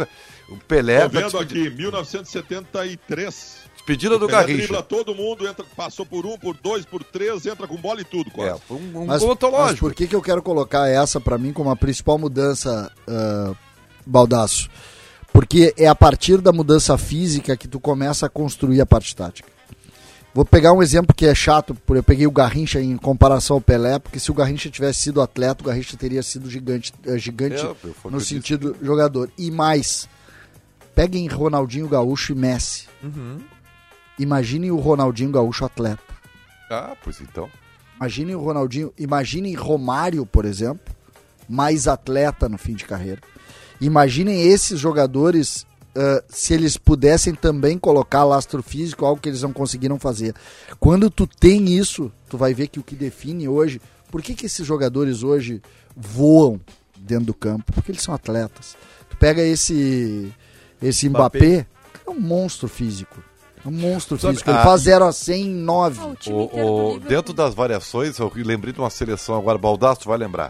O Pelé.
Tô vendo
tá
aqui, mil novecentos e setenta e três.
Despedida do
Pelé
Garrincha.
dribla todo mundo, entra, passou por um, por dois, por três, entra com bola e tudo, quase.
É, foi um, um
Mas,
gol
mas
antológico.
por que, que eu quero colocar essa pra mim como a principal mudança, ah, Baldaço? Porque é a partir da mudança física que tu começa a construir a parte tática. Vou pegar um exemplo que é chato, porque eu peguei o Garrincha em comparação ao Pelé, porque se o Garrincha tivesse sido atleta, o Garrincha teria sido gigante, eh, gigante
É, foi o que
no
eu disse.
sentido jogador. E mais, peguem Ronaldinho Gaúcho e Messi.
Uhum.
Imaginem o Ronaldinho Gaúcho atleta.
Ah, pois então.
Imaginem o Ronaldinho, imaginem Romário, por exemplo, mais atleta no fim de carreira. Imaginem esses jogadores, uh, se eles pudessem também colocar lastro físico, algo que eles não conseguiram fazer. Quando tu tem isso, tu vai ver que o que define hoje, por que, que esses jogadores hoje voam dentro do campo? Porque eles são atletas. Tu pega esse, esse Mbappé,
Mbappé.
é um monstro físico. É um monstro
Sabe,
físico. Ele
ah,
faz zero a cem em nove.
Ah, o time
O,
inteiro do
o-
Liverpool.
dentro das variações, eu lembrei de uma seleção agora, Baldasso, tu vai lembrar.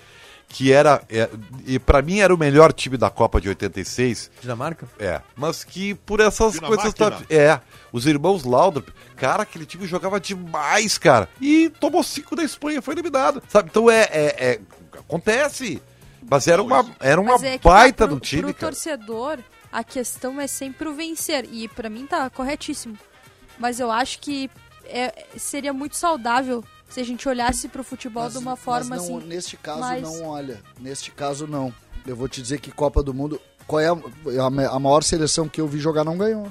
Que era, é, e pra mim era o melhor time da Copa de oitenta e seis.
Dinamarca?
É, mas que por essas
Dinamarca,
coisas. Tá,
não.
é, os irmãos Laudrup, cara, aquele time jogava demais, cara. E tomou cinco da Espanha, foi eliminado. Sabe? Então é. é- é- acontece. Mas era uma, era uma
Mas é que
baita
tá, pro,
do time,
pro
cara.
torcedor, a questão é sempre o vencer. E pra mim tá corretíssimo. Mas eu acho que é- seria muito saudável se a gente olhasse pro futebol de uma forma
mas não,
assim.
neste caso
mas-
não olha. Neste caso não. Eu vou te dizer que Copa do Mundo, qual é a, a ma- a maior seleção que eu vi jogar não ganhou.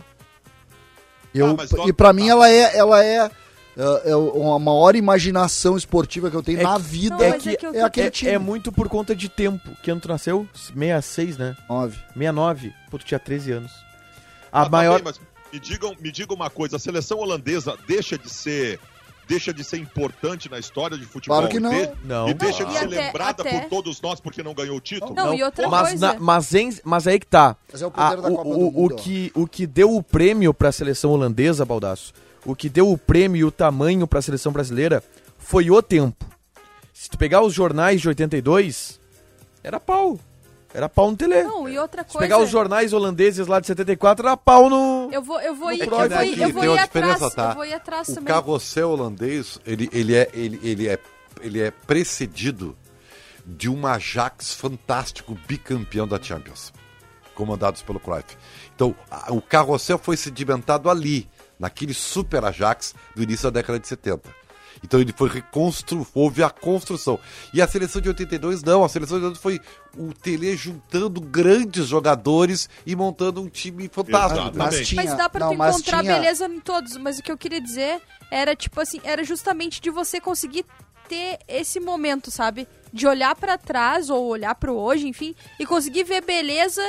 Eu,
Ah, mas logo-
e pra mim ela é ela é, é, é a maior imaginação esportiva que eu tenho
É
na
que-
vida.
Não,
É
mas
que,
é que eu
é
tô-
aquele
é,
time.
é muito por conta de tempo. Que ano tu nasceu? sessenta e seis, né?
Nove.
sessenta e nove. Pô, tu tinha treze anos. A
Ah, tá
maior...
bem, mas me digam, me digam uma coisa, a seleção holandesa deixa de ser deixa de ser importante na história de futebol
Claro que não.
e, de-
Não.
e deixa
Não,
de
e
ser
até-
lembrada
até-
por todos nós porque não ganhou o título?
Não, e outra
mas,
coisa.
na- mas, em- mas aí que tá.
Mas é o poder
Ah,
da
o,
Copa do
o-
Mundo.
o que, o que deu o prêmio pra seleção holandesa, Baldaço, o que deu o prêmio e o tamanho pra seleção brasileira foi o tempo. Se tu pegar os jornais de oitenta e dois, era pau. Era pau no tele.
Não, e outra
Se
coisa.
pegar os jornais holandeses lá de setenta e quatro, era pau no...
Eu vou, eu vou ir,
No
eu
Freud
vou, ir-
aqui
eu
tem
vou ir
uma
atrás.
diferença, tá?
Eu vou ir atrás
O
também.
carrossel holandês, ele, ele, é, ele, ele, é, ele é precedido de um Ajax fantástico bicampeão da Champions, comandados pelo Cruyff. Então, a- o carrossel foi sedimentado ali, naquele super Ajax do início da década de setenta. Então ele foi reconstru... houve a construção. E a seleção de oitenta e dois não, a seleção de oitenta e dois foi o Tele juntando grandes jogadores e montando um time fantástico.
Exato.
Mas
Também.
tinha,
Mas dá pra
não,
tu
mas
encontrar
tinha-
beleza em todos. Mas o que eu queria dizer era, tipo assim, era justamente de você conseguir ter esse momento, sabe? De olhar pra trás ou olhar pro hoje, enfim, e conseguir ver beleza.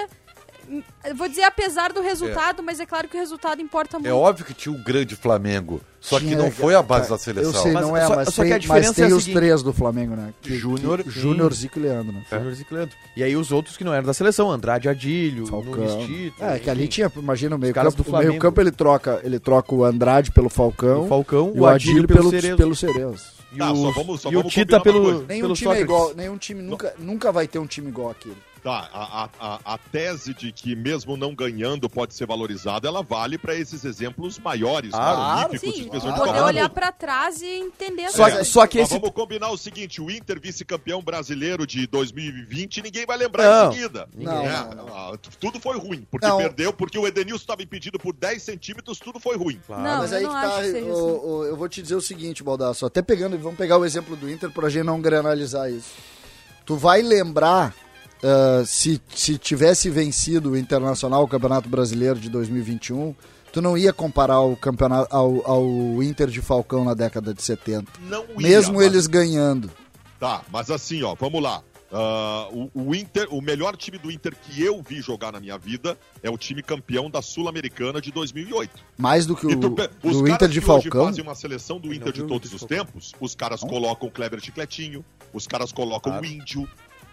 Eu vou dizer apesar do resultado, mas é claro que o resultado importa muito.
É óbvio que tinha um grande Flamengo, só que
Tinha,
não foi a base
cara,
da seleção.
Eu sei,
Mas
não é,
só-
mas,
só
tem,
que a
mas
diferença
tem
é a
os
seguinte-
três do Flamengo, né? Que-
Júnior,
que-
sim.
Júnior, Zico e Leandro, né?
Júnior e Leandro. E aí os outros que não eram da seleção, Andrade Adílio,
Falcão.
Nunes Tito.
É, que ali
enfim.
tinha, imagina, o meio
caras
campo,
do
o meio
Flamengo.
campo ele troca, ele troca o Andrade pelo Falcão,
O Falcão,
e
o Adílio pelo Cerezo.
pelo Cerezo.
E
Tá,
o,
só vamos- só
e o
vamos
Tita
combinar uma
pelo,
coisa.
Nenhum
pelo
time é
Sócrates.
igual, nenhum time nunca, nunca vai ter um time igual aquele.
Tá, a, a, a tese de que mesmo não ganhando pode ser valorizada, ela vale para esses exemplos maiores,
Ah,
magníficos
Sim,
de pessoas
de
de
poder
Falcão.
olhar pra trás e entender
Só,
as
só que
Mas
esse...
vamos combinar o seguinte, o Inter vice-campeão brasileiro de dois mil e vinte, ninguém vai lembrar
Não.
em seguida.
Não,
É,
não, não.
ah, tudo foi ruim, porque
Não.
perdeu, porque o Edenilson estava impedido por dez centímetros, tudo foi ruim.
Não,
Mas
eu
aí
não
que
acho
tá,
que seja
o-
assim.
o- eu vou te dizer o seguinte, Baldasso, até pegando, vamos pegar o exemplo do Inter pra gente não granalizar isso. Tu vai lembrar, uh, se, se tivesse vencido o Internacional, o Campeonato Brasileiro de dois mil e vinte e um, tu não ia comparar o campeonato ao, ao Inter de Falcão na década de setenta.
Não ia,
Mesmo
mas-
eles ganhando.
Tá, mas assim, ó, vamos lá. Ah, o, o Inter, o melhor time do Inter que eu vi jogar na minha vida é o time campeão da Sul-Americana de dois mil e oito.
Mais do que
E tu
o
pe- os
do
caras
Inter de
que hoje
Falcão.
fazem uma seleção do Inter de todos os tempos, os caras colocam o Kleber Chicletinho, os caras colocam o Índio.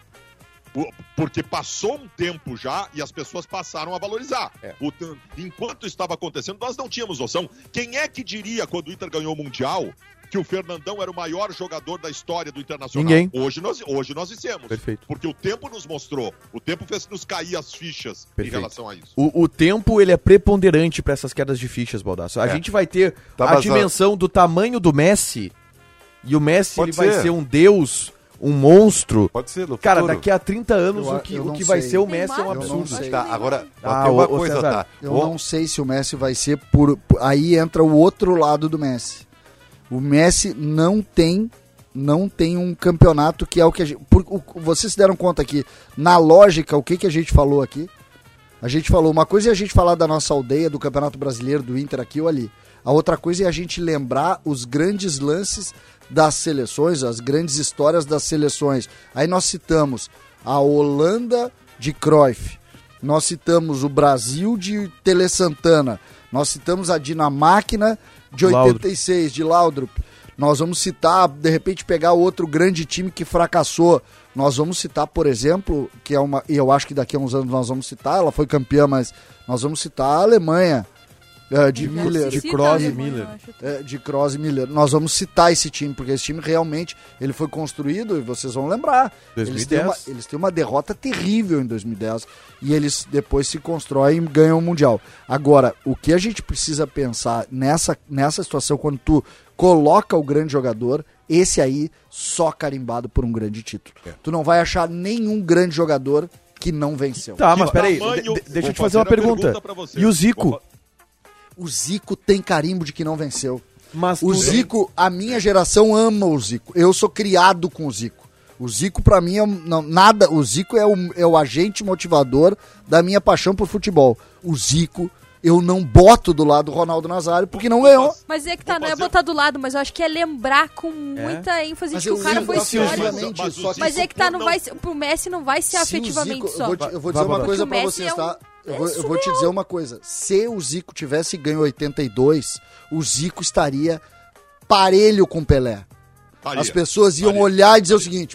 O- Porque passou um tempo já e as pessoas passaram a valorizar.
É.
O t- enquanto estava acontecendo, nós não tínhamos noção. Quem é que diria, quando o Inter ganhou o Mundial, que o Fernandão era o maior jogador da história do Internacional?
Ninguém.
Hoje nós, hoje nós dissemos.
Perfeito.
Porque o tempo nos mostrou. O tempo fez nos cair as fichas
Perfeito.
em relação a isso.
O, o tempo, ele é preponderante pra essas quedas de fichas, Baldasso. A
É.
gente vai ter
Tá,
a
mas,
dimensão do tamanho do Messi, e o Messi
Pode
ele vai
ser.
ser um deus, um monstro.
Pode ser, no
Cara,
futuro.
daqui a trinta anos
Eu-
o que,
eu
o
não
que vai
sei.
ser o
Neymar?
Messi é um
Eu
não
absurdo.
sei.
Tá, agora,
Ah,
tem uma
ô, ô,
coisa,
César,
tá?
Eu
Ó,
não sei se o Messi vai ser por, por- aí entra o outro lado do Messi. O Messi não tem não tem um campeonato que é o que a gente, por, o, vocês se deram conta aqui na lógica o que que a gente falou aqui? A gente falou uma coisa é a gente falar da nossa aldeia, do Campeonato Brasileiro, do Inter aqui ou ali. A outra coisa é a gente lembrar os grandes lances das seleções, as grandes histórias das seleções. Aí nós citamos a Holanda de Cruyff, nós citamos o Brasil de Tele Santana, nós citamos a Dinamáquina de oitenta e seis, de Laudrup. Nós vamos citar, de repente, pegar outro grande time que fracassou. Nós vamos citar, por exemplo, que é uma, e eu acho que daqui a uns anos nós vamos citar, ela foi campeã, mas nós vamos citar a Alemanha, eh, de
Já
Miller,
se
de
cita
Kroos
a
e
Alemanha,
Miller.
eu acho.
é, de Kroos e Miller. Nós vamos citar esse time, porque esse time realmente ele foi construído, e vocês vão lembrar. Eles têm, uma,
dois mil e dez.
eles têm uma derrota terrível em dois mil e dez e eles depois se constroem e ganham o Mundial. Agora, o que a gente precisa pensar nessa, nessa situação, quando tu coloca o grande jogador, esse aí só carimbado por um grande título.
É.
Tu não vai achar nenhum grande jogador que não venceu.
Tá,
Que
mas peraí,
tamanho-
de- de- deixa eu
vou
te fazer uma
fazer a
pergunta.
pra você.
E o Zico?
Vou fa-
O Zico tem carimbo de que não venceu.
Mas
O
tu-
Zico, a minha geração ama o Zico. Eu sou criado com o Zico. O Zico, pra mim, é um- não, nada. O Zico é o, é o agente motivador da minha paixão por futebol. O Zico, eu não boto do lado do Ronaldo Nazário porque não ganhou.
Mas é que tá,
Vou
não é
fazer-
botar do lado, mas eu acho que é lembrar com muita ênfase
Mas
de que
eu
o cara
lembro
foi histórico.
afetivamente,
Mas o
só que
Mas é que tá,
Zico
não
não-
vai ser, pro Messi não vai ser
se o
afetivamente
Zico-
só.
Eu vou te, eu vou
Vai,
dizer uma
vai,
coisa
vai.
pra
Porque o
vocês,
Messi é um-
tá? Eu
é
vou, eu vou te
surreal.
dizer uma coisa. Se o Zico tivesse ganho oitenta e dois, o Zico estaria parelho com o Pelé.
Faria.
As pessoas iam
Faria.
olhar e dizer o seguinte: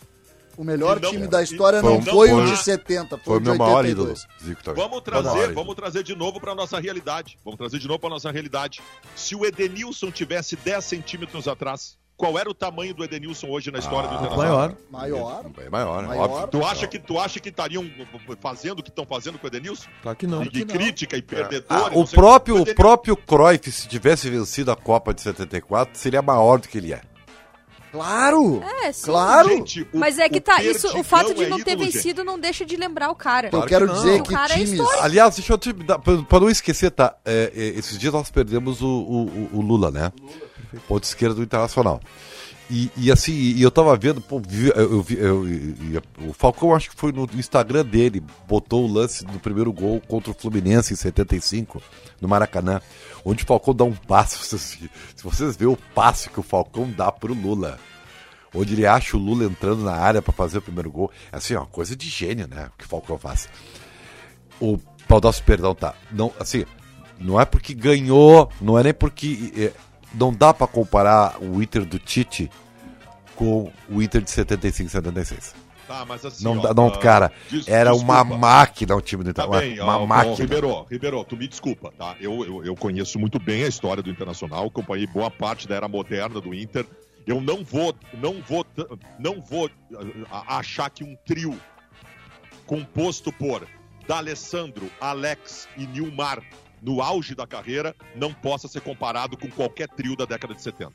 o melhor
E não-
time da história
Foi
não
um-
foi o
foi-
de setenta, foi,
Foi
o
o
de
meu maior
oitenta e
ídolo,
dois.
Zico também.
Vamos
Foi o maior
trazer,
ídolo.
vamos trazer de novo para nossa realidade. Vamos trazer de novo para nossa realidade. Se o Edenilson tivesse dez centímetros atrás, qual era o tamanho do Edenilson hoje na história do
Ah,
Internacional?
maior.
Maior.
Bem maior, né?
Maior.
Óbvio.
Tu acha que tu acha que estariam fazendo o que estão fazendo com o Edenilson?
Claro que não.
E de
não.
crítica e perdedor.
Ah,
e não
o
sei
próprio, o
Edenilson-
próprio Cruyff, se tivesse vencido a Copa de setenta e quatro, seria maior do que ele é.
Claro!
É, sim.
Claro!
Gente, o-
Mas é que tá, isso, o
Perdigão
fato de
é
não ter
ídolo,
vencido não deixa de lembrar o cara.
Eu
Claro
quero
que não.
dizer
O
que
cara é
times.
histórico.
Aliás, deixa eu te dar, pra, pra não esquecer, tá? É, é, esses dias nós perdemos o, o, o Lula, né? Ponto esquerda do Internacional. E, e assim, e eu tava vendo, pô, vi- eu, eu, vi- eu- e- e- o Falcão, acho que foi no Instagram dele, botou o lance do primeiro gol contra o Fluminense em setenta e cinco, no Maracanã, onde o Falcão dá um passe. Se, se vocês verem o passe que o Falcão dá pro Lula, onde ele acha o Lula entrando na área pra fazer o primeiro gol, é assim, uma coisa de gênio, né? O que o Falcão faz. O Baldasso, perdão, tá? Não, assim, não é porque ganhou, não é nem porque. É, não dá pra comparar o Inter do Tite com o Inter de setenta e cinco, setenta e seis.
Tá, mas assim,
Não,
ó,
dá, não,
ah,
cara,
des-
era uma
desculpa.
máquina o time do
Tá
Internacional.
bem,
uma
ó, ó,
máquina.
Ribeiro, Ribeiro, tu me desculpa, tá? Eu, eu, eu conheço muito bem a história do Internacional, acompanhei boa parte da era moderna do Inter. Eu não vou, não vou, não vou ah, achar que um trio composto por D'Alessandro, Alex e Nilmar no auge da carreira, não possa ser comparado com qualquer trio da década de setenta.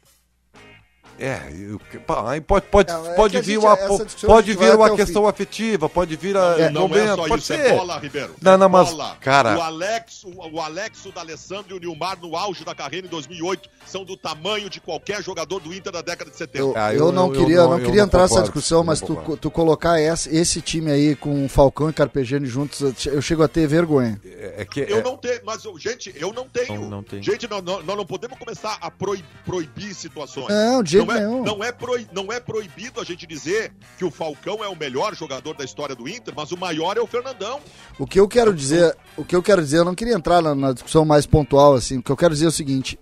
É, eu, pá, aí pode, pode,
Não, é
pode
que a
vir
gente-
uma,
essa discussão
pode
a gente
vir
vai
uma
até o
questão
fim.
afetiva, pode vir a
É,
Não
momento,
é só
pode
isso,
ser.
é bola, Ribeiro.
Não,
é
não, mas,
bola.
cara-
O Alex, o, o Alex, o D'Alessandro e o Nilmar no auge da carreira em dois mil e oito são do tamanho de qualquer jogador do Inter da década de setenta.
Eu,
Ah,
eu
eu-
não
eu-
queria,
eu
eu
não-
não
eu
queria
não
entrar nessa
concordo,
discussão,
eu
mas
não
tu,
concordo.
tu colocar esse, esse time aí com Falcão e Carpegiani juntos, eu chego a ter vergonha.
É, é que,
Eu
é-
não tenho, mas, eu- gente, eu não tenho.
Não, não tem.
Gente, nós não, nós não podemos começar a proib- proibir situações.
Não, de jeito
não é,
nenhum.
Não é, proib- não é proibido a gente dizer que o Falcão é o melhor jogador da história do Inter, mas o maior é o Fernandão.
O que eu quero dizer, o que eu quero dizer, eu não queria entrar na, na discussão mais pontual, assim, o que eu quero dizer é o seguinte,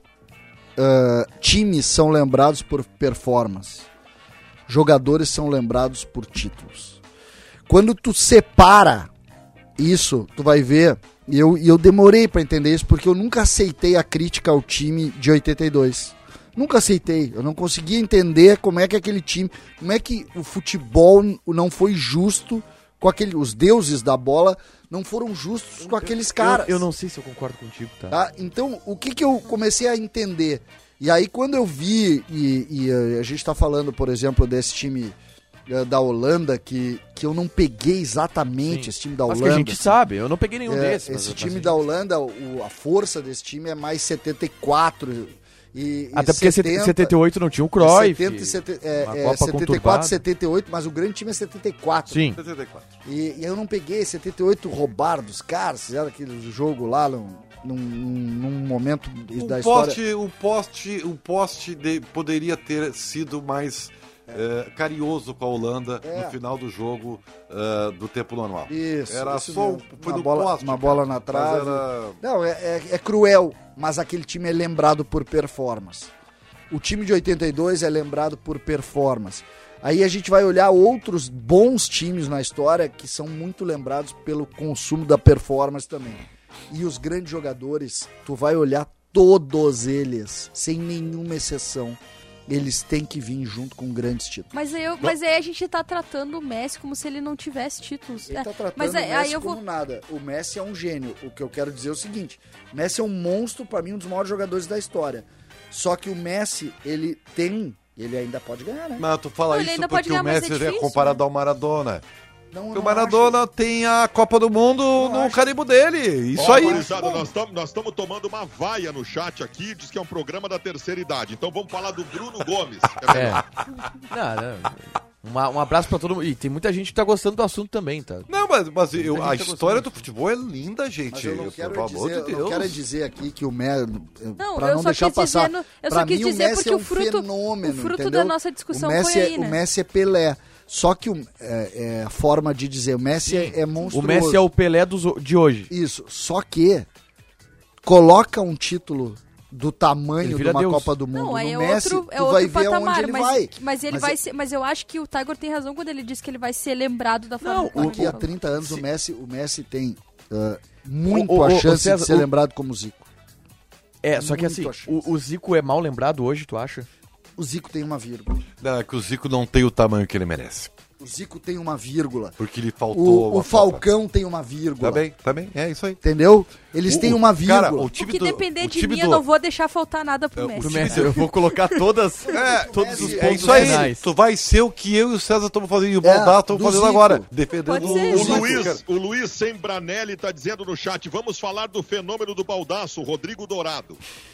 ah, times são lembrados por performance, jogadores são lembrados por títulos. Quando tu separa isso, tu vai ver, e eu, e eu demorei pra entender isso, porque eu nunca aceitei a crítica ao time de oitenta e dois. Nunca aceitei, eu não conseguia entender como é que aquele time, como é que o futebol não foi justo com aquele, os deuses da bola não foram justos com aqueles caras.
Eu, eu não sei se eu concordo contigo, tá?
Tá? Então, o que que eu comecei a entender? E aí, quando eu vi, e, e, eh, a gente tá falando, por exemplo, desse time eh, da Holanda, que, que eu não peguei exatamente
Sim.
esse time da
Mas
Holanda.
que a gente sabe, eu não peguei nenhum
É,
desses.
esse
mas-
time
mas-
da Holanda, o- a força desse time é mais setenta e quatro. E,
Até
e
porque
setenta,
setenta e oito não tinha o Cruyff.
setenta, e setenta, é,
uma
é,
Copa
setenta e
conturbada.
quatro, setenta e oito, mas o grande time é setenta e quatro.
Sim.
setenta e quatro.
E, e eu não peguei setenta e oito, roubaram dos caras, fizeram aquele jogo lá num, num, num momento da
Um
história.
poste, um poste, um poste de- poderia ter sido mais eh, carinhoso com a Holanda
É.
no final do jogo eh, do tempo normal.
Isso,
Era
isso
só
mesmo.
foi
uma
no
bola,
poste,
uma
cara.
bola na
Mas
trave.
era-
Não, é, é, é cruel, mas aquele time é lembrado por performance. O time de oitenta e dois é lembrado por performance. Aí a gente vai olhar outros bons times na história que são muito lembrados pelo consumo da performance também. E os grandes jogadores, tu vai olhar todos eles, sem nenhuma exceção. Eles têm que vir junto com grandes títulos.
Mas aí, eu, mas aí a gente tá tratando o Messi como se ele não tivesse títulos.
Ele
É,
tá tratando
mas
o
aí,
Messi
aí eu
como
vou.
nada. O Messi é um gênio. O que eu quero dizer é o seguinte: o Messi é um monstro, pra mim, um dos maiores jogadores da história. Só que o Messi, ele tem... Ele ainda pode ganhar, né?
Mas tu fala
Não, ele
isso
ainda pode
porque
ganhar,
o
mas é
Messi é,
difícil,
comparado
né?
ao Maradona.
Não, eu
Porque o
não
Maradona tem a Copa do Mundo no
acho.
carimbo dele. Isso
Ó,
aí.
gurizada, nós estamos nós estamos tomando uma vaia no chat aqui, diz que é um programa da terceira idade. Então vamos falar do Bruno Gomes. É
É.
melhor.
Não, não. Uma- um abraço pra todo mundo. E tem muita gente que tá gostando do assunto também, tá?
Não, mas, mas eu-
gente
a
tá
história
gostando
do futebol é linda,
Mas
gente.
eu não quero
Pelo
dizer,
amor de
eu não
Deus.
quero dizer aqui que o Messi...
Não,
pra
eu
não
só
deixar
quis
passar.
dizer no- eu
pra
só quis
mim,
dizer
o Messi
porque
é um
o fruto-
fenômeno,
o fruto
entendeu?
da nossa discussão
o Messi
foi
é,
aí, né?
O Messi é Pelé. Só que o, é, é a forma de dizer, o Messi é, é
O
monstruoso.
Messi é o Pelé dos, de hoje.
Isso, só que coloca um título do
Ele
tamanho de
vira
uma
Deus.
Copa do Mundo
Não, aí é
no Messi,
outro, é
tu vai
outro
ver
patamar,
aonde ele
mas,
vai.
mas ele
Mas
vai
é-
ser, mas eu acho que o Tiger tem razão quando ele diz que ele vai ser lembrado da forma
Não,
como
Daqui a
ele
trinta anos o Messi, o Messi tem ah, muito
O- o-
a
o-
chance
o César,
de ser
o-
lembrado como Zico.
É, só que
Muito
assim,
a chance.
o, o Zico é mal lembrado hoje, tu acha?
O Zico tem uma vírgula.
Não, é que o Zico não tem o tamanho que ele merece.
O Zico tem uma vírgula.
Porque lhe faltou.
O,
uma
o Falcão tem uma vírgula.
Tá bem, tá bem. É isso aí.
Entendeu? Eles
O-
têm
o-
uma vírgula.
cara, o
O
time
que
do-
depender
o
de
time
mim,
do-
eu não vou deixar faltar nada pro
É, o
Messi.
Pro
time
Messi, eu vou colocar todas,
É,
todos os
Messi,
É
pontos
isso aí.
finais.
Tu vai ser o que eu e o César estamos fazendo e o
É,
Baldasso estamos
do
fazendo
Zico.
agora. Defendendo
Pode ser,
O
Zico.
Zico,
Luiz,
cara.
o Luiz Sembranelli está dizendo no chat, vamos falar do fenômeno do baldaço, Rodrigo Dourado.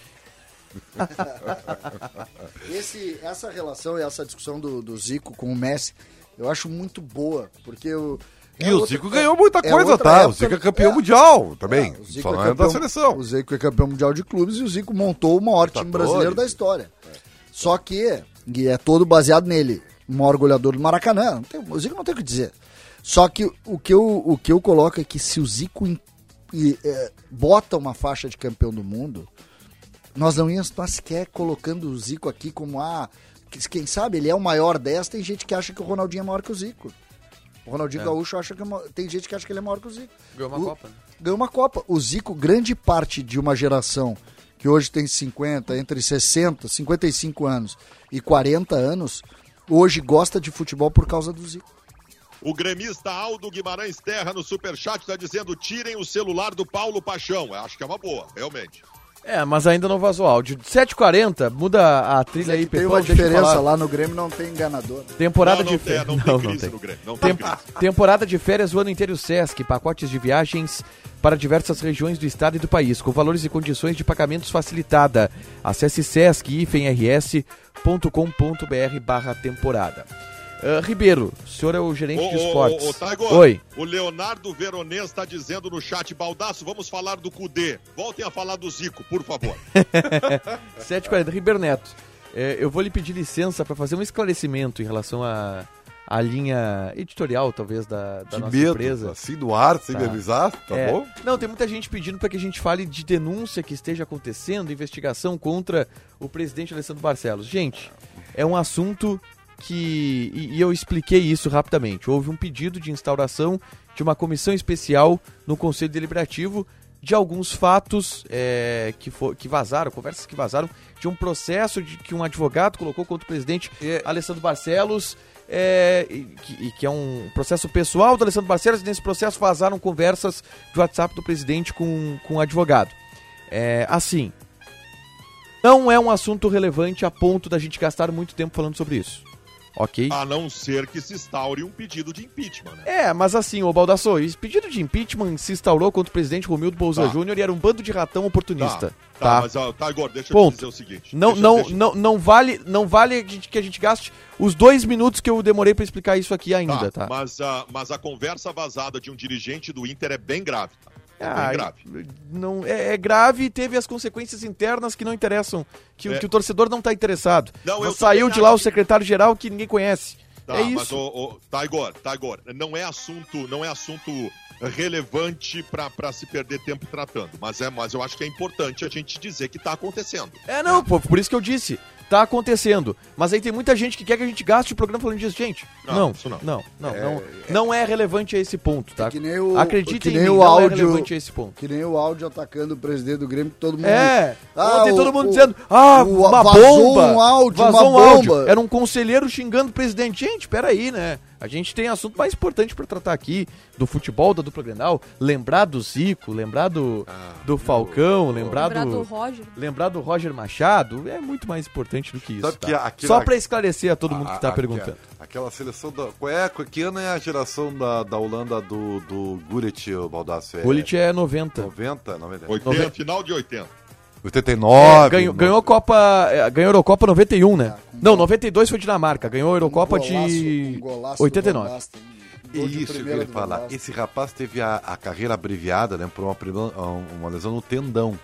Esse, essa relação e essa discussão do, do Zico com o Messi, eu acho muito boa, porque o...
E o Zico ganhou muita
é
coisa,
outra
tá?
época,
O Zico é
né?
campeão
É.
mundial também.
É, o Zico
Só
é
não é da
campeão-
seleção.
O Zico é campeão mundial de clubes e o Zico montou o maior time
Libertadores.
brasileiro da história. Só que, e é todo baseado nele, o maior goleador do Maracanã, não tem- o Zico não tem o que dizer. Só que o que eu, o que eu coloco é que se o Zico in- e, é, bota uma faixa de campeão do mundo, nós não íamos estar sequer colocando o Zico aqui como, ah, que- quem sabe ele é o maior dez, tem gente que acha que o Ronaldinho é maior que o Zico. O Ronaldinho
É.
Gaúcho acha que é ma- tem gente que acha que ele é maior que o Zico.
Ganhou uma
O-
Copa, né?
Ganhou uma Copa. O Zico, grande parte de uma geração que hoje tem cinquenta, entre sessenta, cinquenta e cinco anos e quarenta anos, hoje gosta de futebol por causa do Zico.
O gremista Aldo Guimarães Terra no Superchat está dizendo: tirem o celular do Paulo Paixão. Eu acho que é uma boa, realmente.
É, mas ainda não vazou áudio. sete e quarenta, muda a trilha aí,
Tem
pessoal.
uma
deixa eu
diferença,
falar.
lá no Grêmio não tem enganador.
Temporada
não, não
de
tem,
férias.
não tem crise no Grêmio. Não tem crise.
Temporada de férias o ano inteiro Sesc, pacotes de viagens para diversas regiões do estado e do país, com valores e condições de pagamentos facilitada. Acesse sesc hífen r s ponto com ponto b r barra temporada. Uh, Ribeiro, o senhor é o gerente
Ô,
de
ô,
esportes.
ô, ô, Taigor,
Oi.
O Leonardo Veronês está dizendo no chat: Baldasso, vamos falar do Cudê. Voltem a falar do Zico, por favor.
sete e quarenta, Ribeiro Neto, é, eu vou lhe pedir licença para fazer um esclarecimento em relação à à linha editorial, talvez, da, da
Que
nossa
medo,
empresa.
assim no ar, sem
Tá.
me avisar, tá
É,
bom?
Não, tem muita gente pedindo para que a gente fale de denúncia que esteja acontecendo, investigação contra o presidente Alessandro Barcelos. Gente, é um assunto que... E, e eu expliquei isso rapidamente. Houve um pedido de instauração de uma comissão especial no Conselho Deliberativo de alguns fatos é, que, for, que vazaram, conversas que vazaram, de um processo de, que um advogado colocou contra o presidente
É.
Alessandro Barcelos, é, e, que, e que é um processo pessoal do Alessandro Barcelos, e nesse processo vazaram conversas do WhatsApp do presidente com, com o advogado. É, assim, não é um assunto relevante a ponto da gente gastar muito tempo falando sobre isso. Ok?
A não ser que se instaure um pedido de impeachment, né?
É, mas assim, ô Baldassou, esse pedido de impeachment se instaurou contra o presidente Romildo Bolzan
Tá.
Júnior e era um bando de ratão oportunista.
Tá,
Tá?
mas ó, tá, Igor, deixa
Ponto.
eu te dizer o seguinte.
Não,
deixa,
não,
deixa-
não, não vale, não vale a gente- que a gente gaste os dois minutos que eu demorei pra explicar isso aqui ainda, tá?
Mas, a, mas a conversa vazada de um dirigente do Inter é bem grave, tá? É
Ah,
bem grave.
Não, é, é grave e teve as consequências internas que não interessam, que, o-
É.
que o torcedor não tá interessado.
Não,
Mas
eu
saiu
também
de lá
acho
o secretário-geral que ninguém conhece.
Tá,
é
mas
isso.
o, o, tá, Igor, tá, Igor, não é assunto, não é assunto relevante pra, pra se perder tempo tratando, mas, é, mas eu acho que é importante a gente dizer que tá acontecendo.
É, não, pô, por isso que eu disse. Tá acontecendo. Mas aí tem muita gente que quer que a gente gaste o programa falando disso. Gente,
Não,
não,
isso não.
não, não, não, não é relevante a esse ponto, tá?
Que nem o,
Acreditem
que
em
nem
mim,
o
não
áudio,
é relevante a esse ponto.
Que nem o áudio atacando o presidente do Grêmio, que todo mundo...
É,
Ah,
ontem
o-
todo mundo
o-
dizendo, ah,
o-
uma
vazou
bomba,
um áudio,
vazou
uma
um áudio.
bomba.
Era um conselheiro xingando o presidente. Gente, peraí, né? A gente tem assunto mais importante pra tratar aqui, do futebol, da dupla Grenal, lembrar do Zico, lembrar do, do Falcão, lembrar
Lembrar do
do...
Roger.
Lembrar do Roger Machado é muito mais importante do que isso.
Sabe
tá?
que aquilo-
Só pra esclarecer a todo mundo que tá
A- a-
perguntando.
Aquela seleção da. Qual é, que ano é a geração da, da Holanda do, do Gullit, o Baldasso? É
Gullit é noventa.
noventa, noventa.
oitenta,
Noven-
final de oitenta.
oitenta e nove.
É, ganhou,
no-
ganhou a Copa, é, ganhou a Eurocopa noventa e um, né?
com
Não,
gol.
noventa e dois foi Dinamarca, ganhou a Eurocopa
Um golaço-
de
um golaço do
oitenta e
Van
nove.
Basten, um gol de
Isso que eu
primeira
queria
do Van
falar.
Basten.
Esse rapaz teve a, a carreira abreviada, né? Por uma, prima- uma lesão no tendão.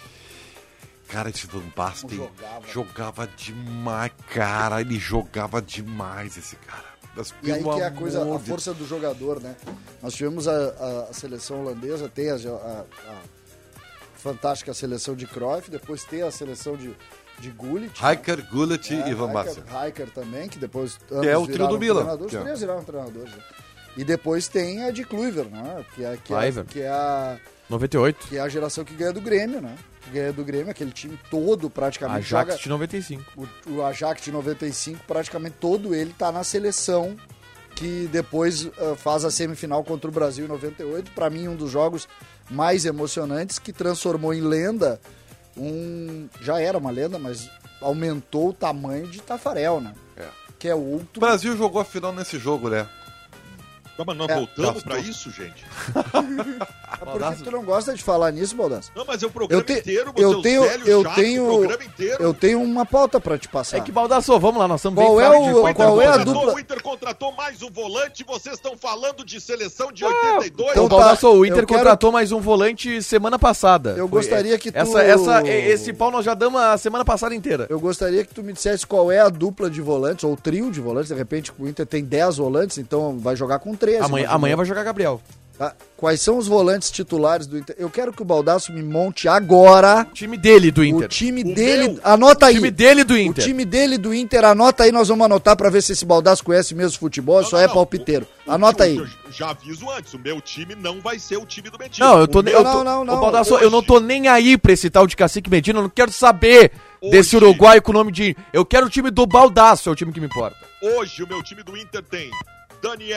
Cara, esse Van Basten
jogava.
jogava demais, cara. Ele jogava demais, esse cara. Mas,
E aí
pelo
que é a coisa,
amor
a
de-
força do jogador, né? Nós tivemos a, a- a seleção holandesa, tem a, a- a fantástica seleção de Cruyff, depois tem a seleção de, de Gullit. né?
Rijkaard, Gullit
É,
e Van
Rijkaard-
Basten.
Rijkaard também, que depois
Que é o trio
viraram
do Milan.
treinadores,
Que é.
Os três viraram treinadores. Né? E depois tem a de Kluivert, né? Que é, que é,
Kluivert.
que é a...
noventa e oito.
Que é a geração que ganha do Grêmio, né? Que ganha do Grêmio, aquele time todo praticamente
Ajax
joga...
de noventa e cinco.
O, o Ajax de noventa e cinco, praticamente todo ele tá na seleção que depois uh, faz a semifinal contra o Brasil em noventa e oito. Para mim, um dos jogos mais emocionantes, que transformou em lenda um... Já era uma lenda, mas aumentou o tamanho de Tafarel, né?
É.
Que é
O
outro...
Brasil jogou a final nesse jogo, né?
Mas nós
É,
voltamos
gastou.
pra isso, gente?
Ah, por que tu não gosta de falar nisso, Baldasso?
Não, mas é o programa
Eu te-
inteiro,
eu
seu
tenho-
velho
eu
chato,
tenho-
o programa inteiro.
Eu tenho uma pauta pra te passar.
É que Baldasso, vamos lá, nós estamos
Qual
bem
é
fartos de
o-
pauta
qual é a
agora.
dupla-
Contratou- O Inter contratou mais um volante, vocês estão falando de seleção de oitenta e dois.
então
Ô,
tá,
Baldasso, o Inter
eu quero-
contratou mais um volante semana passada.
Eu
Foi-
gostaria que tu-
essa, essa, Esse pau nós já damos a semana passada inteira.
Eu gostaria que tu me dissesse qual é a dupla de volantes, ou o trio de volantes. De repente o Inter tem dez volantes, então vai jogar com treze.
Amanhã, amanhã vai jogar Gabriel.
Tá? Quais são os volantes titulares do Inter? Eu quero que o Baldasso me monte agora
Time dele do Inter.
o time
O
dele.
meu?
Anota
O
aí.
time dele do
O
Inter.
time dele do Inter, anota aí, nós vamos anotar pra ver se esse Baldasso conhece mesmo futebol,
Não,
só
não,
é
não.
palpiteiro.
O- o-
Anota
o-
aí.
eu Já aviso antes, o meu time não vai ser o time do Medina.
Não, eu
O
tô,
meu-
eu tô,
não, não, não.
Ô, Baldasso,
Hoje-
eu não tô nem aí pra esse tal de Cacique Medina, eu não quero saber
Hoje-
desse uruguaio com o nome de... Eu quero o time do Baldasso, é o time que me importa.
Hoje o meu time do Inter tem Daniel,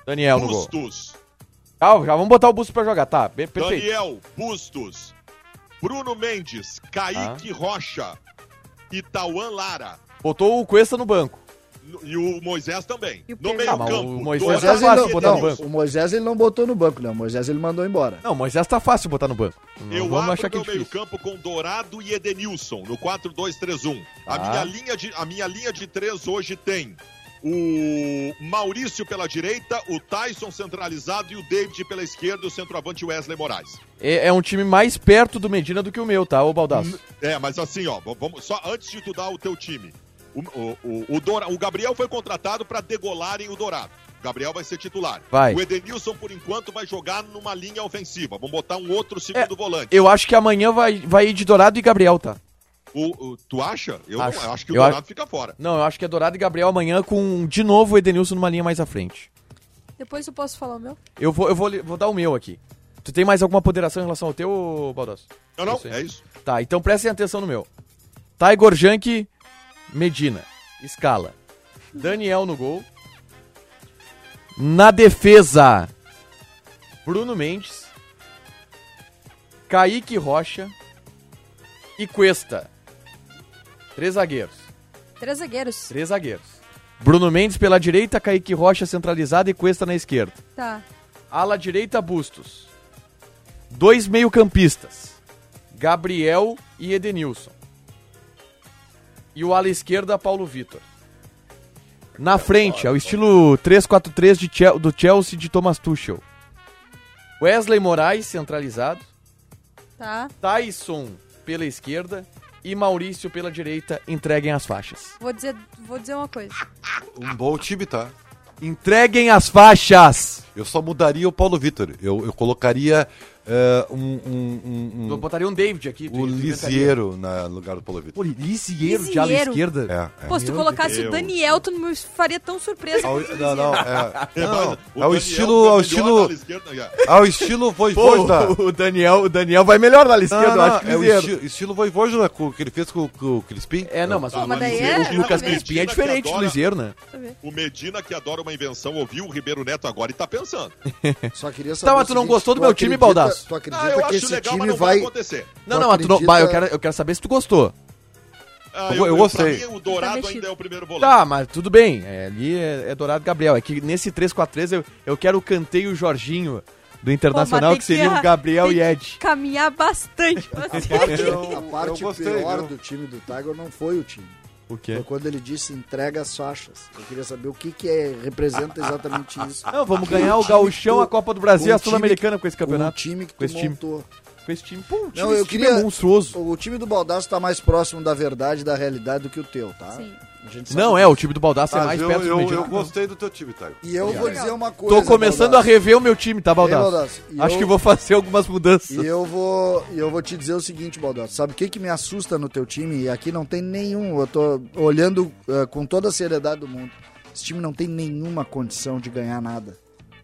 Daniel no gol.
Bustos.
Calma, já vamos botar o Bustos pra jogar, tá? Be- perfeito.
Daniel, Bustos. Bruno Mendes, Kaique
Ah.
Rocha e Tauan Lara.
Botou o Cuesta no banco.
No- E o Moisés também.
E o
No
Pedro?
meio
Ah, mas
campo.
o Moisés
O
Dourado
tá
Moisés,
e
ele
fácil
não,
botar no
Edenilson.
não, o Moisés ele não botou no banco, né? O Moisés ele mandou embora.
Não, o Moisés tá fácil botar no banco. Não
Eu
vamos achar
abro
que é
meu meio
difícil.
campo com Dourado e Edenilson no quatro dois três um. A,
Ah.
minha linha de, a minha linha de três hoje tem o Maurício pela direita, o Tyson centralizado e o David pela esquerda e o centroavante Wesley Moraes.
É, é um time mais perto do Medina do que o meu, tá, ô Baldasso?
É, mas assim, ó, vamos, só antes de tu dar o teu time. O, o, o, o, Dora, o Gabriel foi contratado para degolarem o Dourado. O Gabriel vai ser titular.
Vai.
O Edenilson, por enquanto, vai jogar numa linha ofensiva. Vamos botar um outro segundo
É,
volante.
Eu acho que amanhã vai, vai ir de Dourado e Gabriel, tá?
O, o- tu acha? Eu,
Acho.
não, eu acho que o
Eu
Dourado
acho-
fica fora.
Não, eu acho que é Dourado e Gabriel amanhã com, de novo, o Edenilson numa linha mais à frente.
Depois eu posso falar o meu?
Eu vou, eu vou, li- vou dar o meu aqui. Tu tem mais alguma ponderação em relação ao teu, Baldasso?
Não, não,
Isso aí.
é isso.
Tá, então prestem atenção no meu. Taigor Jank, Medina. Escala. Daniel no gol. Na defesa, Bruno Mendes, Kaique Rocha e Cuesta. Três zagueiros.
Três zagueiros.
Três zagueiros. Bruno Mendes pela direita, Kaique Rocha centralizado e Cuesta na esquerda.
Tá.
Ala direita, Bustos. Dois meio-campistas. Gabriel e Edenilson. E o ala esquerda, Paulo Vitor. Na frente, ao estilo três quatro três de Chel- do Chelsea de Thomas Tuchel. Wesley Moraes, centralizado.
Tá.
Tyson pela esquerda. E Maurício pela direita, entreguem as faixas.
Vou dizer, vou dizer uma coisa.
Um bom time, tá?
Entreguem as faixas!
Eu só mudaria o Paulo Vitor. Eu, eu colocaria eh, um, um, um,
Eu
um,
botaria um David aqui. tu-
o
tu inventaria.
Lisieiro no lugar do Paulo Vitor.
Pô, Lisieiro de ala
Lisieiro.
esquerda?
É, é.
Pô, se tu
Meu
colocasse
Deus.
o Daniel, tu me faria tão surpresa.
Ao-
quanto o
não, não,
Lisieiro.
é,
É,
não,
mas o
ao
Daniel
estilo,
tá
ao
melhor
estilo,
na esquerda, já.
ao estilo Voivoda.
Pô, o Daniel, o Daniel vai melhor na ala esquerda,
Não,
eu
não,
acho que
é
o
o
Lisieiro.
esti- estilo Voivoda com o que ele fez com, com o Crispim.
É, não, mas,
Ah,
o,
mas
daí
o
é-
o Lucas
não,
Crispim é
Medina
diferente
que
do
adora-
Lisieiro, né?
O Medina, que adora uma invenção, ouviu o Ribeiro Neto agora e tá pensando.
Só queria saber.
Tá, mas
o
tu não
seguinte,
gostou do meu time,
acredita-
Baldasso?
Tu acredita
Ah, eu
que
acho
esse
legal, mas
time
não vai
vai.
acontecer.
Não,
Tu
não, mas tu não,
acredita-
bah, eu, quero, eu quero saber se tu gostou.
Ah,
Eu- eu gostei.
Pra mim, o Dourado
Tá mexido.
ainda é o primeiro volante.
Tá, mas tudo bem. É, ali é, é Dourado Gabriel. É que nesse três quatro três eu, eu quero o Canteio e o Jorginho do Internacional,
Pô, mas
que
tem
seria
que-
o Gabriel
tem
e
que
Ed.
Caminhar bastante.
A parte,
Eu-
a parte
eu gostei,
pior
viu?
do time do Tiger não foi o time.
O quê?
Foi quando ele disse entrega as faixas. Eu queria saber o que, que é, representa exatamente isso.
Não, vamos ganhar o Gauchão, a Copa do Brasil e
Um
a Sul-Americana com esse
O
campeonato.
time que
Com
tu
esse time.
montou.
Com esse time. Pô, o time,
Não, eu
esse time
queria-
é monstruoso.
O time do Baldasso tá mais próximo da verdade e da realidade do que o teu, tá?
Sim.
A gente sabe
Não, é,
disso.
o time do Baldaço é
Mas
mais
eu,
perto do
eu,
Medina.
eu gostei do teu time, Taio.
E eu vou dizer uma coisa.
Tô começando
Baldasso.
a rever o meu time, tá, Baldasso?
Ei, Baldasso, e
Acho
eu-
que vou fazer algumas mudanças.
E eu vou, e eu vou te dizer o seguinte, Baldasso. Sabe o que, que me assusta no teu time? E aqui não tem nenhum. Eu tô olhando eh, com toda a seriedade do mundo. Esse time não tem nenhuma condição de ganhar nada.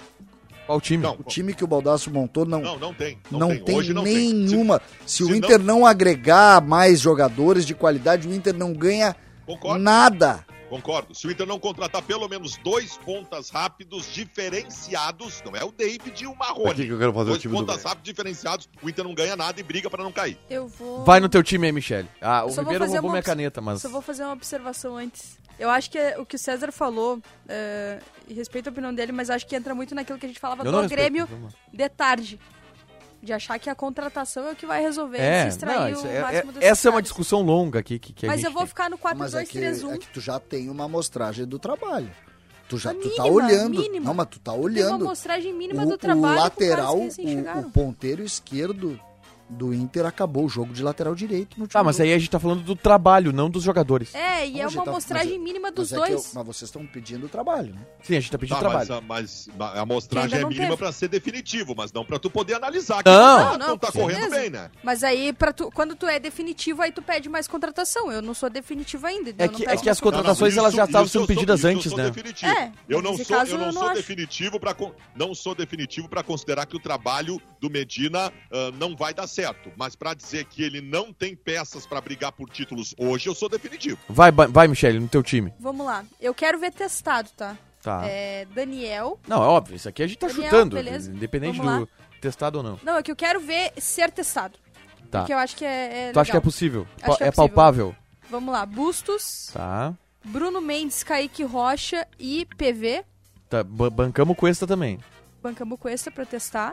Qual time?
Não,
O time que o Baldasso montou não,
não, não tem. Não,
não
tem.
tem
Hoje não tem.
nenhuma. Se,
se
o
não-
Inter não... agregar mais jogadores de qualidade, o Inter não ganha
Concordo.
nada.
Concordo. Se o Inter não contratar pelo menos dois pontas rápidos diferenciados, não é o David e o Marrone.
Aqui que eu quero fazer o
Dois
time do
pontas
Grêmio.
rápidos diferenciados, o Inter não ganha nada e briga pra não cair.
Eu vou...
Vai no teu time aí, Michele. Ah, o
Só vou
Ribeiro
fazer
roubou
uma
minha
obs-
caneta, mas...
Só vou fazer uma observação antes. Eu acho que é o que o César falou, é, e respeito a opinião dele, mas acho que entra muito naquilo que a gente falava
Eu
do
não respeito,
Grêmio
vamos lá.
de tarde. De achar que a contratação é o que vai resolver
É,
se extrair
não, isso
o
é-
máximo
é-
dos
essa é uma
caras.
discussão longa aqui que, que a
Mas
gente
eu vou
tem.
ficar no quatro
Mas é
dois
que,
três um.
é que tu já tem uma amostragem do trabalho. Tu já
A
tu tá
mínima,
olhando.
mínima.
Não, mas tu tá
Tem uma
olhando.
amostragem mínima
O,
do
o
trabalho
lateral,
com caras que recém
o,
chegaram.
o ponteiro esquerdo do Inter acabou o jogo de lateral direito no time.
Tá, mas
do-
aí a gente tá falando do trabalho, não dos jogadores.
É, e
Não,
é
gente,
uma
tá-
amostragem
mas-
mínima dos
mas é que
dois.
eu- mas vocês estão pedindo o trabalho, né?
Sim, a gente tá pedindo
Tá,
trabalho.
mas, mas a amostragem
Que ainda
é
não
mínima
teve.
pra ser definitivo, mas não pra tu poder analisar que
Não.
não,
Não,
não tá
com
correndo
certeza.
bem, né?
Mas aí, pra tu, quando tu é definitivo, aí tu pede mais contratação. Eu não sou definitivo ainda. então
É
eu não
que- é
peço
que as
mais
contratações,
Não, não,
elas já
isso-
estavam
isso
sendo
eu sou-
pedidas
isso eu
antes,
sou
né?
definitivo.
É,
eu não
nesse
sou,
caso,
eu não
eu não
sou
acho.
definitivo para não sou definitivo para considerar que o trabalho do Medina ah, não vai dar certo, mas para dizer que ele não tem peças para brigar por títulos hoje, eu sou definitivo.
Vai, vai, vai, Michele, no teu time.
Vamos lá. Eu quero ver testado, tá?
Tá.
É, Daniel.
Não, é óbvio, isso aqui a gente tá
Daniel,
chutando,
beleza.
independente
Vamos
do testado ou não.
Não, é que eu quero ver ser testado.
Tá.
Porque eu acho que é, é
Tu acha que é
legal.
possível?
Acho que é
é
possível.
palpável?
Vamos lá, Bustos,
Tá.
Bruno Mendes, Kaique Rocha e P V.
Tá, ba- bancamos com esta também.
Bancamos com essa pra testar.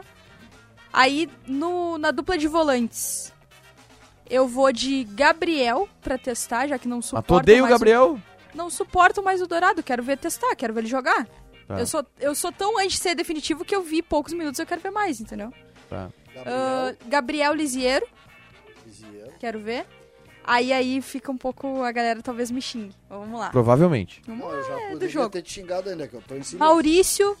Aí, no, na dupla de volantes, eu vou de Gabriel pra testar, já que não
Mas tu
suporto
odeia o
mais
Gabriel?
Não suporto mais o Dourado, quero ver testar, quero ver ele jogar.
Tá.
Eu, sou, eu sou tão anti ser definitivo que eu vi poucos minutos, eu quero ver mais, entendeu?
Tá.
Ah, Gabriel Lisiero,
Lisieiro.
quero ver. Aí aí fica um pouco, a galera talvez me xingue. Vamos lá.
Provavelmente.
Vamos
Não, eu já
lá, é do
poderia
jogo.
ter te xingado ainda, que eu tô em cima.
Maurício,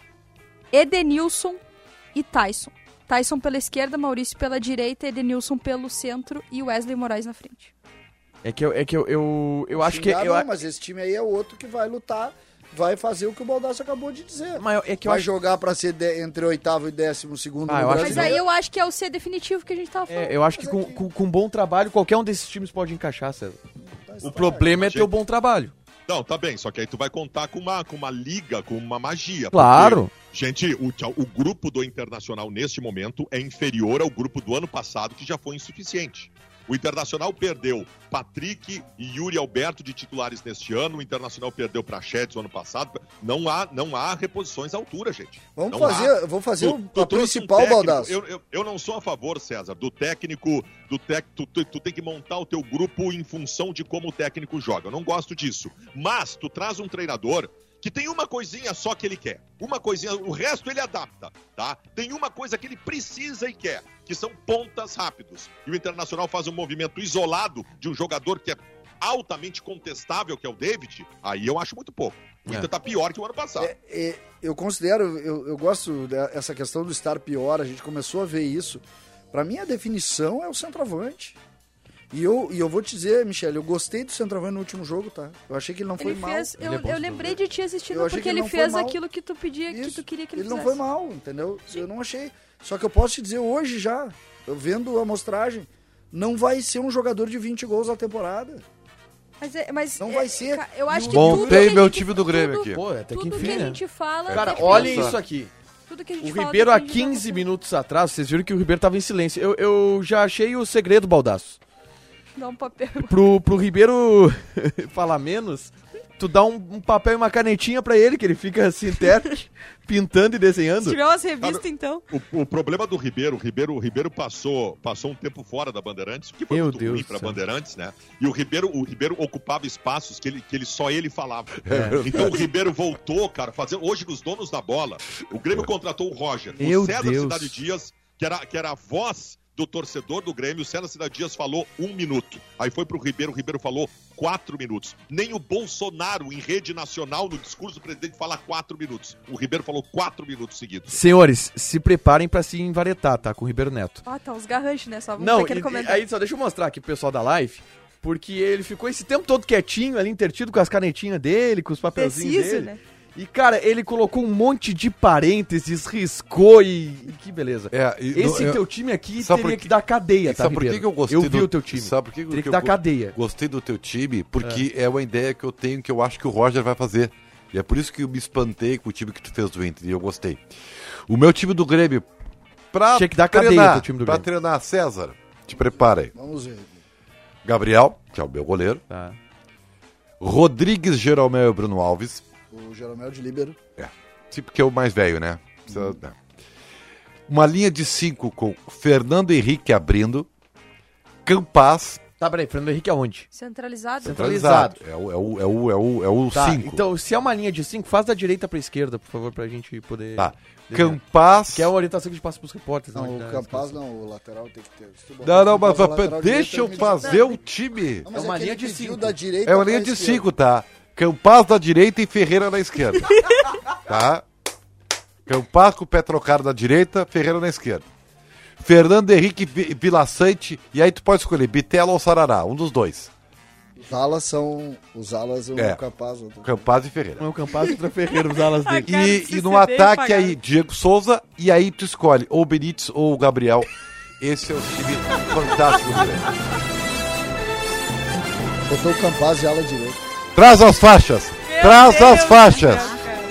Edenilson e Tyson. Tyson pela esquerda, Maurício pela direita, Edenilson pelo centro e Wesley Moraes na frente.
É que eu, é que eu, eu, eu acho que...
Xingar
Eu,
não, mas esse time aí é outro que vai lutar, vai fazer o que o Baldasso acabou de dizer.
mas é que eu
vai
acho...
jogar pra ser de- entre oitavo e décimo segundo
Ah,
no
eu acho
Mas
Brasileiro.
aí eu acho que é o ser definitivo que a gente tava falando.
É, eu acho que
Mas
com,
aqui-
com, com bom trabalho, qualquer um desses times pode encaixar, César.
Tá
O
estranho.
problema é ter o bom trabalho.
Não, tá bem, só que aí tu vai contar com uma, com uma liga, com uma magia.
Claro.
Porque, gente, o, o grupo do Internacional neste momento é inferior ao grupo do ano passado, que já foi insuficiente. O Internacional perdeu Patrick e Yuri Alberto de titulares neste ano. O Internacional perdeu Prachetes no ano passado. Não há, não há reposições à altura, gente.
Vamos
Não
fazer,
há.
eu vou fazer
Tu-
o
tu
a
trouxe um
principal,
técnico.
Baldasso.
Eu, eu, eu não sou a favor, César, do técnico, do tec, tu, tu, tu tem que montar o teu grupo em função de como o técnico joga. Eu não gosto disso. Mas tu traz um treinador que tem uma coisinha só que ele quer. Uma coisinha, o resto ele adapta, tá? Tem uma coisa que ele precisa e quer, que são pontas rápidos. E o Internacional faz um movimento isolado de um jogador que é altamente contestável, que é o David, aí eu acho muito pouco. O
É.
Inter tá pior que o ano passado.
É, é, eu considero, eu, eu gosto dessa questão do estar pior, a gente começou a ver isso. Pra mim, a definição é o centroavante. E eu, e eu vou te dizer, Michele, eu gostei do centroavante no último jogo, tá? Eu achei que ele não foi
Ele
mal.
fez, eu,
Ele é bom
eu
de
lembrei
jogo.
de ti assistindo
Eu achei
porque
que ele
ele
não foi
fez
mal.
aquilo que tu pedia, que tu queria que ele,
ele não
fizesse.
foi mal, entendeu? Eu não achei. Só que eu posso te dizer hoje já, eu vendo a amostragem, não vai ser um jogador de vinte gols na temporada.
Mas, é- mas
Não
é,
vai ser.
ca- Eu acho que
Montei
tudo que a
meu
gente-
time do Grêmio
tudo-
aqui.
Pô, até que
Tudo
enfim,
que a
né?
gente fala...
Cara,
depende-
olhem isso aqui.
Tudo que a
O
gente fala
Ribeiro, há
depende da
quinze
nossa-
minutos atrás, vocês viram que o Ribeiro tava em silêncio. Eu, eu já achei o segredo, Baldaço.
Dá um papel.
Pro, pro Ribeiro falar menos, tu dá um, um papel e uma canetinha pra ele, que ele fica assim, interte, pintando e
Se
desenhando.
tiver umas revistas, então...
O, o problema do Ribeiro, o Ribeiro, o Ribeiro passou, passou um tempo fora da Bandeirantes, que foi
Meu
muito
Deus
ruim
do
para
céu.
Bandeirantes, né? E o Ribeiro, o Ribeiro ocupava espaços que ele, que ele só ele falava.
É.
Então o Ribeiro voltou, cara, fazer hoje nos donos da bola. O Grêmio contratou o Roger,
Meu
o César
Deus.
Cidade Dias, que era, que era a voz do torcedor do Grêmio. O César Cidade Dias falou um minuto. Aí foi pro Ribeiro, o Ribeiro falou quatro minutos. Nem o Bolsonaro, em rede nacional, no discurso do presidente, fala quatro minutos. O Ribeiro falou quatro minutos seguidos.
Senhores, se preparem pra se envaretar, tá? Com o Ribeiro Neto.
Ah, tá, os garranchos, né? Só um
Não,
pequeno
e-
comentário.
aí só deixa eu mostrar aqui pro pessoal da live, porque ele ficou esse tempo todo quietinho ali, intertido com as canetinhas dele, com os papelzinhos
Preciso,
dele.
né?
E, cara, ele colocou um monte de parênteses, riscou e... e que beleza.
É, e
Esse
no- eu-
teu time aqui
Sabe
teria
por
que dar cadeia, tá,
Sabe por que,
Ribeiro?
que eu gostei
Eu vi
do
o teu time.
Sabe por que,
Teria que
eu
dar
go-
cadeia.
Gostei do teu time, porque é. uma ideia que eu tenho que eu acho que o Roger vai fazer. E é por isso que eu me espantei com o time que tu fez do Inter, e eu gostei. O meu time do Grêmio, pra
Tinha que dar cadeia
treinar,
pro time do
pra
Grêmio.
treinar, César, te prepara aí.
Vamos ver.
Gabriel, que é o meu goleiro.
Tá.
Rodrigues, Jeromel e Bruno Alves.
O Jeromel de Líbero.
Tipo que é o mais velho, né? Precisa- né. Uma linha de cinco com Fernando Henrique abrindo. Campaz.
Tá, peraí, Fernando Henrique aonde?
Centralizado.
Centralizado.
É o é o, é o, é o, é o
Tá,
cinco.
então se é uma linha de cinco, faz da direita pra esquerda, por favor, pra gente poder...
Tá.
desenhar.
Campaz.
Que é a orientação que a gente passa pros repórteres.
Não,
né?
o Campaz não, o lateral tem que ter. Se tu botar
Não, não,
o
mas
Campaz, o lateral
deixa
direito,
eu
ele me-
fazer o time.
Não, mas
É uma
que
linha
ele
de
pediu
cinco.
da direita
É uma
pra
linha de
esquerda.
cinco, tá? Campaz da direita e Ferreira na esquerda. Tá? Campaz com o pé trocado na direita, Ferreira na esquerda. Fernando Henrique Vi- Vila Sante, e aí tu pode escolher Bitelo ou Sarará, um dos dois.
Os alas são. Os alas, um
É.
é. capaz. Outro...
Campaz e Ferreira.
Não é o Campaz contra Ferreira, os alas dele.
Cara,
E,
se
e no
ceder,
ataque
pagar.
aí, Diego Souza, e aí tu escolhe ou o Benítez ou o Gabriel. Esse é o time fantástico do Grêmio.
Botou o Campaz de ala direita.
Traz as faixas!
Meu
Traz
Deus
as
do
faixas!
céu, cara.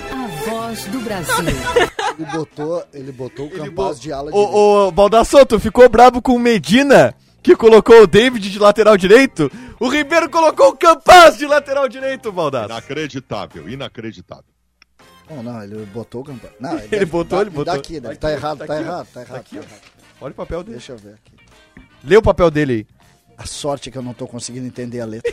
Brasil.
Ele botou, ele botou o
Ele
Campaz
bo-
de ala direita.
Ô, ô, Baldasso, tu ficou brabo com o Medina, que colocou o David de lateral direito? O Ribeiro colocou o Campaz de lateral direito, Baldasso.
Inacreditável, inacreditável.
Não, não, ele botou o Campaz. Não, ele,
Ele
deve-
botou,
dá-
ele botou.
Daqui, deve
Tá
tá
aqui,
errado,
tá
tá
aqui, ó.
errado, tá errado.
Tá aqui,
tá
ó.
errado.
Olha o papel dele.
Deixa eu ver aqui.
Lê o papel dele aí.
A sorte é que eu não tô conseguindo entender a letra.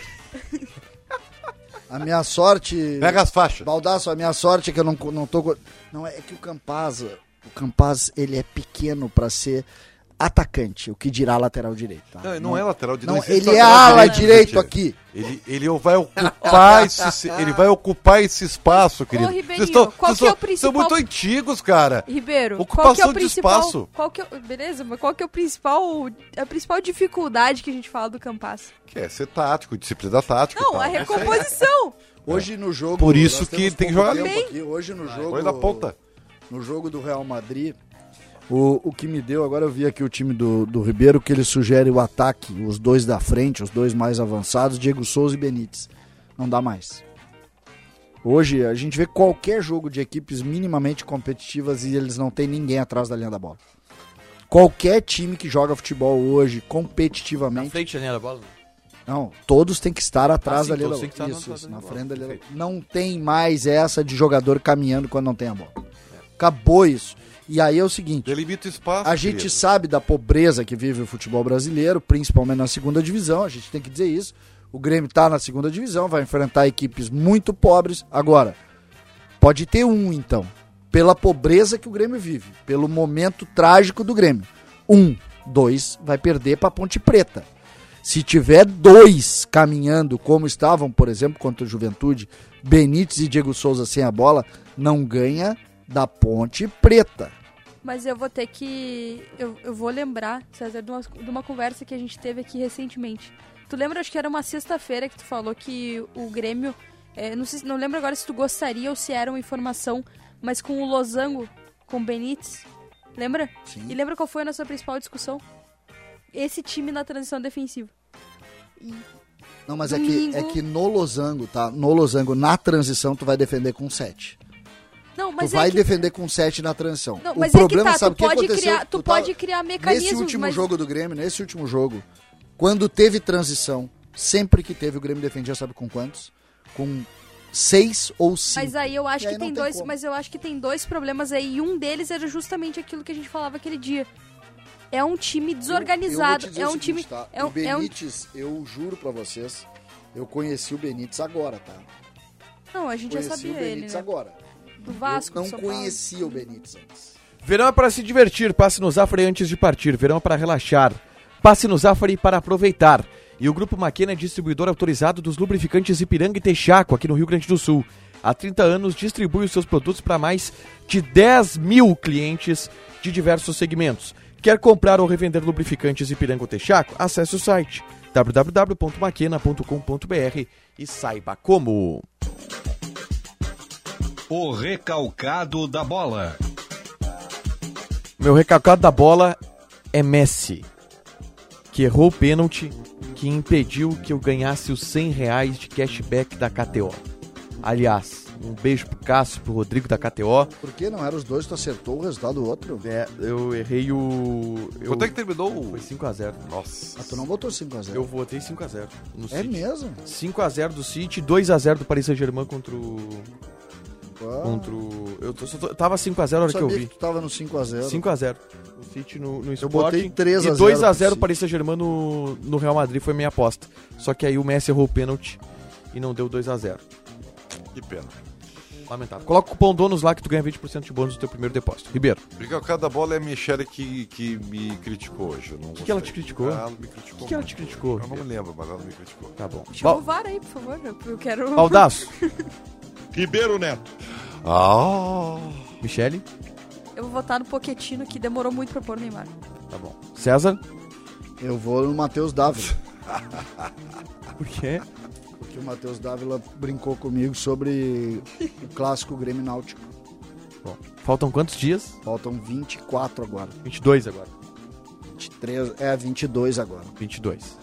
A minha sorte...
Pega as faixas.
Baldasso, a minha sorte é que eu não, não tô... co- Não, é que o Campaz, o Campaz, ele é pequeno pra ser atacante, o que dirá lateral direito. Tá?
Não, não é lateral direito.
Não,
existe
ele é
lateral
ala
direito,
direito
gente.
aqui.
Ele, ele vai ocupar esse, ele vai ocupar esse espaço, querido.
Ribeirinho,
Vocês estão-
qual
vocês
que é o
são-
principal-
São muito antigos, cara.
Ribeiro,
Ocupação
qual que é o
de
principal,
espaço.
qual que é, o- beleza, mas qual que é o principal, a principal dificuldade que a gente fala do Campaz?
Que é ser tático, disciplina tática. e
Não,
tal.
a recomposição.
Hoje no jogo...
Por isso
nós
que
temos
tem que
pouco
jogar
tempo
bem.
aqui. Hoje no jogo...
Põe na ponta.
No jogo do Real Madrid, o, o que me deu, agora eu vi aqui o time do, do Ribeiro, que ele sugere o ataque, os dois da frente, os dois mais avançados, Diego Souza e Benítez. Não dá mais. Hoje a gente vê qualquer jogo de equipes minimamente competitivas e eles não tem ninguém atrás da linha da bola. Qualquer time que joga futebol hoje competitivamente,
frente da linha da bola.
não, todos têm que estar atrás
Ah, sim,
da linha da
todos têm
bola.
que estar
Isso,
na-
isso,
na
na
bola.
frente da linha da
Perfeito.
bola. Não tem mais essa de jogador caminhando quando não tem a bola. Acabou isso. E aí é o seguinte,
Delimita o espaço.
a gente
querido.
sabe da pobreza que vive o futebol brasileiro, principalmente na segunda divisão, a gente tem que dizer isso. O Grêmio está na segunda divisão, vai enfrentar equipes muito pobres. Agora, pode ter um então, pela pobreza que o Grêmio vive, pelo momento trágico do Grêmio. Um, dois, vai perder para Ponte Preta. Se tiver dois caminhando como estavam, por exemplo, contra o Juventude, Benítez e Diego Souza sem a bola, não ganha da Ponte Preta.
Mas eu vou ter que, eu, eu vou lembrar, César, de uma, de uma conversa que a gente teve aqui recentemente. Tu lembra, acho que era uma sexta-feira que tu falou que o Grêmio, é, não, sei, não lembro agora se tu gostaria ou se era uma informação, mas com o Losango, com o Benítez, lembra?
Sim.
E lembra qual foi a nossa principal discussão? Esse time na transição defensiva.
Não, mas é que,
Domingo.
é que no Losango, tá? No Losango, na transição, tu vai defender com sete.
Não,
Tu
mas
vai
é que...
defender com sete na transição.
Não,
o
mas
problema,
é que tá,
sabe o
tu
que
pode
aconteceu?
criar, tu
tá-
pode criar mecanismos,
Nesse último
mas...
jogo do Grêmio, nesse último jogo, quando teve transição, sempre que teve, o Grêmio defendia, sabe com quantos? Com seis ou cinco.
Mas aí eu acho
E aí
que
não
tem
tem
dois,
como.
mas eu acho que tem dois problemas aí, e um deles era justamente aquilo que a gente falava aquele dia. É um time desorganizado,
Eu- eu vou te dizer
é
o
um
seguinte,
time,
tá?
é um,
O
é um-
Benítez, eu juro pra vocês, eu conheci o Benítez agora, tá?
Não, a gente já
Conheci
sabia
o
ele,
Benítez
né?
agora.
Do Vasco,
eu
do
não
São Paulo.
conhecia o Benítez antes.
Verão é para se divertir, passe no Zafari antes de partir. Verão é para relaxar, passe no Zafari para aproveitar. E o Grupo Maquena é distribuidor autorizado dos lubrificantes Ipiranga e Texaco, aqui no Rio Grande do Sul. Há trinta anos distribui os seus produtos para mais de dez mil clientes de diversos segmentos. Quer comprar ou revender lubrificantes Ipiranga ou Texaco? Acesse o site w w w ponto maquena ponto com ponto b r e saiba como.
O recalcado da bola.
Meu recalcado da bola é Messi, que errou o pênalti que impediu que eu ganhasse os cem reais de cashback da K T O. Aliás, um beijo pro Cássio, pro Rodrigo da K T O.
Por que não eram os dois, tu acertou o resultado do outro?
É, eu errei o... Eu...
Quanto é que terminou o...
Foi cinco a zero.
Nossa.
Ah, tu não botou cinco a zero.
Eu votei cinco a zero no
É
City.
mesmo?
cinco a zero do City, dois a zero do Paris Saint-Germain contra o...
Ah,
Contra o... Eu, tô, só tô- tava cinco a zero a hora que eu
sabia
vi.
que tu tava no cinco a zero.
cinco a zero. O City no, no Sporting.
botei três a zero
E dois a
pro
zero
City.
Paris Saint-Germain no, no Real Madrid foi minha aposta. Só que aí o Messi errou o pênalti e não deu dois a zero.
Que pena.
Lamentável. Coloca o cupom DONOS lá que tu ganha vinte por cento de bônus do teu primeiro depósito. Ribeiro.
Porque cada bola é a Michelle que, que me criticou hoje. Eu não
que ela te
gostei.
criticou?
Ela me criticou.
O que, que ela
muito.
te criticou?
Eu não me lembro, mas ela me criticou.
Tá bom.
Chama o
Bal-
V A R aí, por favor. Eu quero...
Baldaço.
Ribeiro Neto.
Ah!
Michele.
Eu vou votar no Pochettino, que demorou muito pra pôr o Neymar.
Tá bom. César.
Eu vou no Matheus Dávila.
Por quê?
Porque o Matheus Dávila brincou comigo sobre o clássico Grêmio Náutico.
Bom. Faltam quantos dias?
Faltam vinte e quatro agora.
vinte e dois agora.
vinte e três, é, vinte e dois agora.
vinte e dois.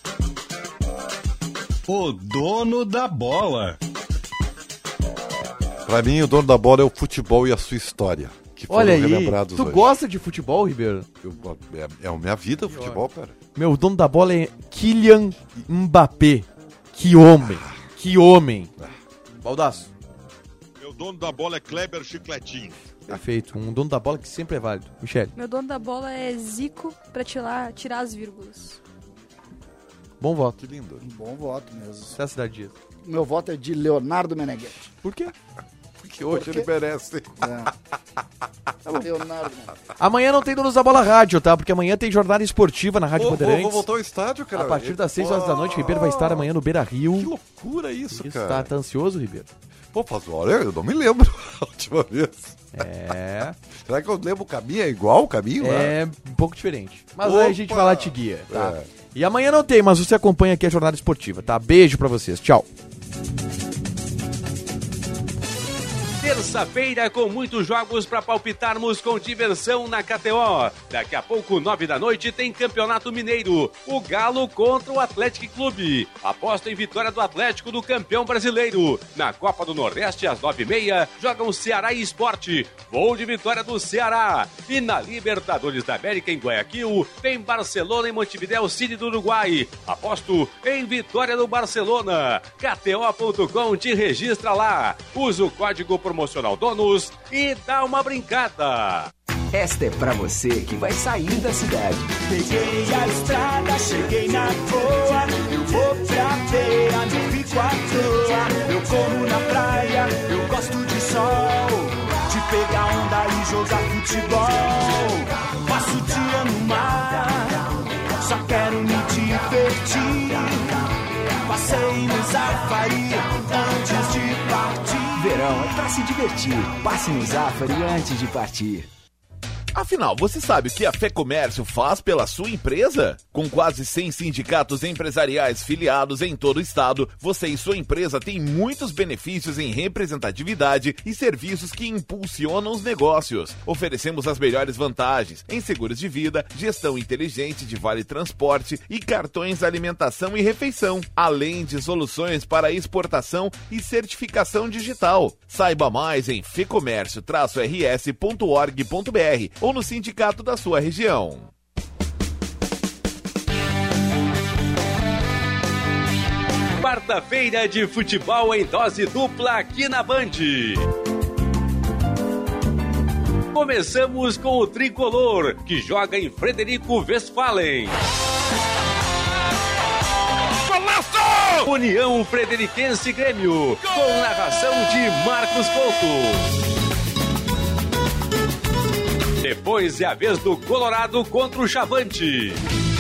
O dono da bola.
Pra mim, o dono da bola é o futebol e a sua história. Que foram
Olha aí,
relembrados
tu
hoje.
gosta de futebol, Ribeiro?
Eu- é, é a minha vida o futebol, cara.
Meu, o dono da bola é Kylian Mbappé. Que homem, que homem. Baldaço.
Meu dono da bola é Kleber Chicletinho.
Perfeito, um dono da bola que sempre é válido. Michele,
Meu dono da bola é Zico pra tirar, tirar as vírgulas.
bom voto.
Que lindo.
Um bom voto mesmo.
Sucesso da Dias.
Meu voto é de Leonardo Meneghetti.
Por quê?
Porque hoje
Por quê?
ele merece.
É. Leonardo Meneghetti.
Amanhã não tem Donos da Bola Rádio, tá? Porque amanhã tem jornada esportiva na Rádio
Vou, vou,
Bandeirantes.
vou voltar ao estádio, cara.
A partir das seis
Pô,
horas da noite, Ribeiro vai estar amanhã no Beira
Que
Rio.
loucura isso,
Isso,
cara.
tá, tá ansioso, Ribeiro?
Pô, faz olha, eu não me lembro a última vez.
É.
Será que eu lembro o caminho? É igual o caminho? né?
É um pouco diferente. Mas
Opa!
aí a gente vai lá te guia, tá?
É.
E amanhã não tem, mas você acompanha aqui a jornada esportiva, tá? Beijo pra vocês, tchau.
Terça-feira com muitos jogos para palpitarmos com diversão na K T O. Daqui a pouco, nove da noite, tem Campeonato Mineiro. O Galo contra o Atlético Clube. Aposta em vitória do Atlético do campeão brasileiro. Na Copa do Nordeste, às nove e meia, jogam Ceará e Sport. Gol de vitória do Ceará. E na Libertadores da América, em Guayaquil, tem Barcelona e Montevideo City do Uruguai. Aposto em vitória do Barcelona. K T O ponto com, te registra lá. Usa o código promocional DONOS e dá uma brincada.
Esta é pra você que vai sair da cidade.
Peguei a estrada, cheguei na boa. Eu vou pra feira, não fico à toa. Eu corro na praia, eu gosto de sol. De pegar onda e jogar futebol. Passo o dia no mar, só quero me divertir. Passei no Zafari antes de partir.
Verão é pra se divertir. Passe no Zafari antes de partir.
Afinal, você sabe o que a Fé Comércio faz pela sua empresa? Com quase cem sindicatos empresariais filiados em todo o estado, você e sua empresa têm muitos benefícios em representatividade e serviços que impulsionam os negócios. Oferecemos as melhores vantagens em seguros de vida, gestão inteligente de vale transporte e cartões alimentação e refeição, além de soluções para exportação e certificação digital. Saiba mais em fecomércio traço r s ponto org ponto b r ou no sindicato da sua região.
Quarta-feira de futebol em dose dupla aqui na Band. Começamos com o Tricolor, que joga em Frederico Westphalen. Golaço! União Frederiquense Grêmio, com narração de Marcos Couto. Depois é a vez do Colorado contra o Chavante.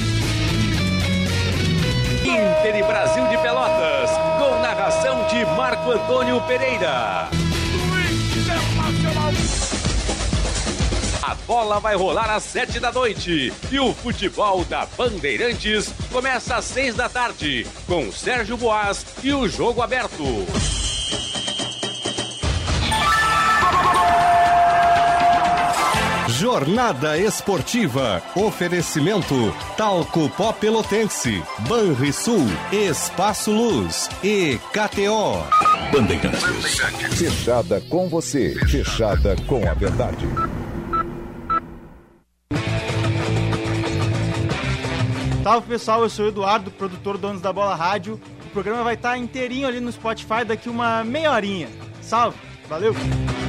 Inter e Brasil de Pelotas, com narração de Marco Antônio Pereira. A bola vai rolar às sete da noite e o futebol da Bandeirantes começa às seis da tarde, com Sérgio Boas e o jogo aberto.
Jornada Esportiva. Oferecimento Talco Pó Pelotense, Banrisul, Espaço Luz e K T O. Bandeirantes.
Fechada com você, fechada com a verdade.
Salve pessoal, eu sou o Eduardo, produtor Donos da Bola Rádio. O programa vai estar inteirinho ali no Spotify daqui uma meia horinha. Salve, valeu!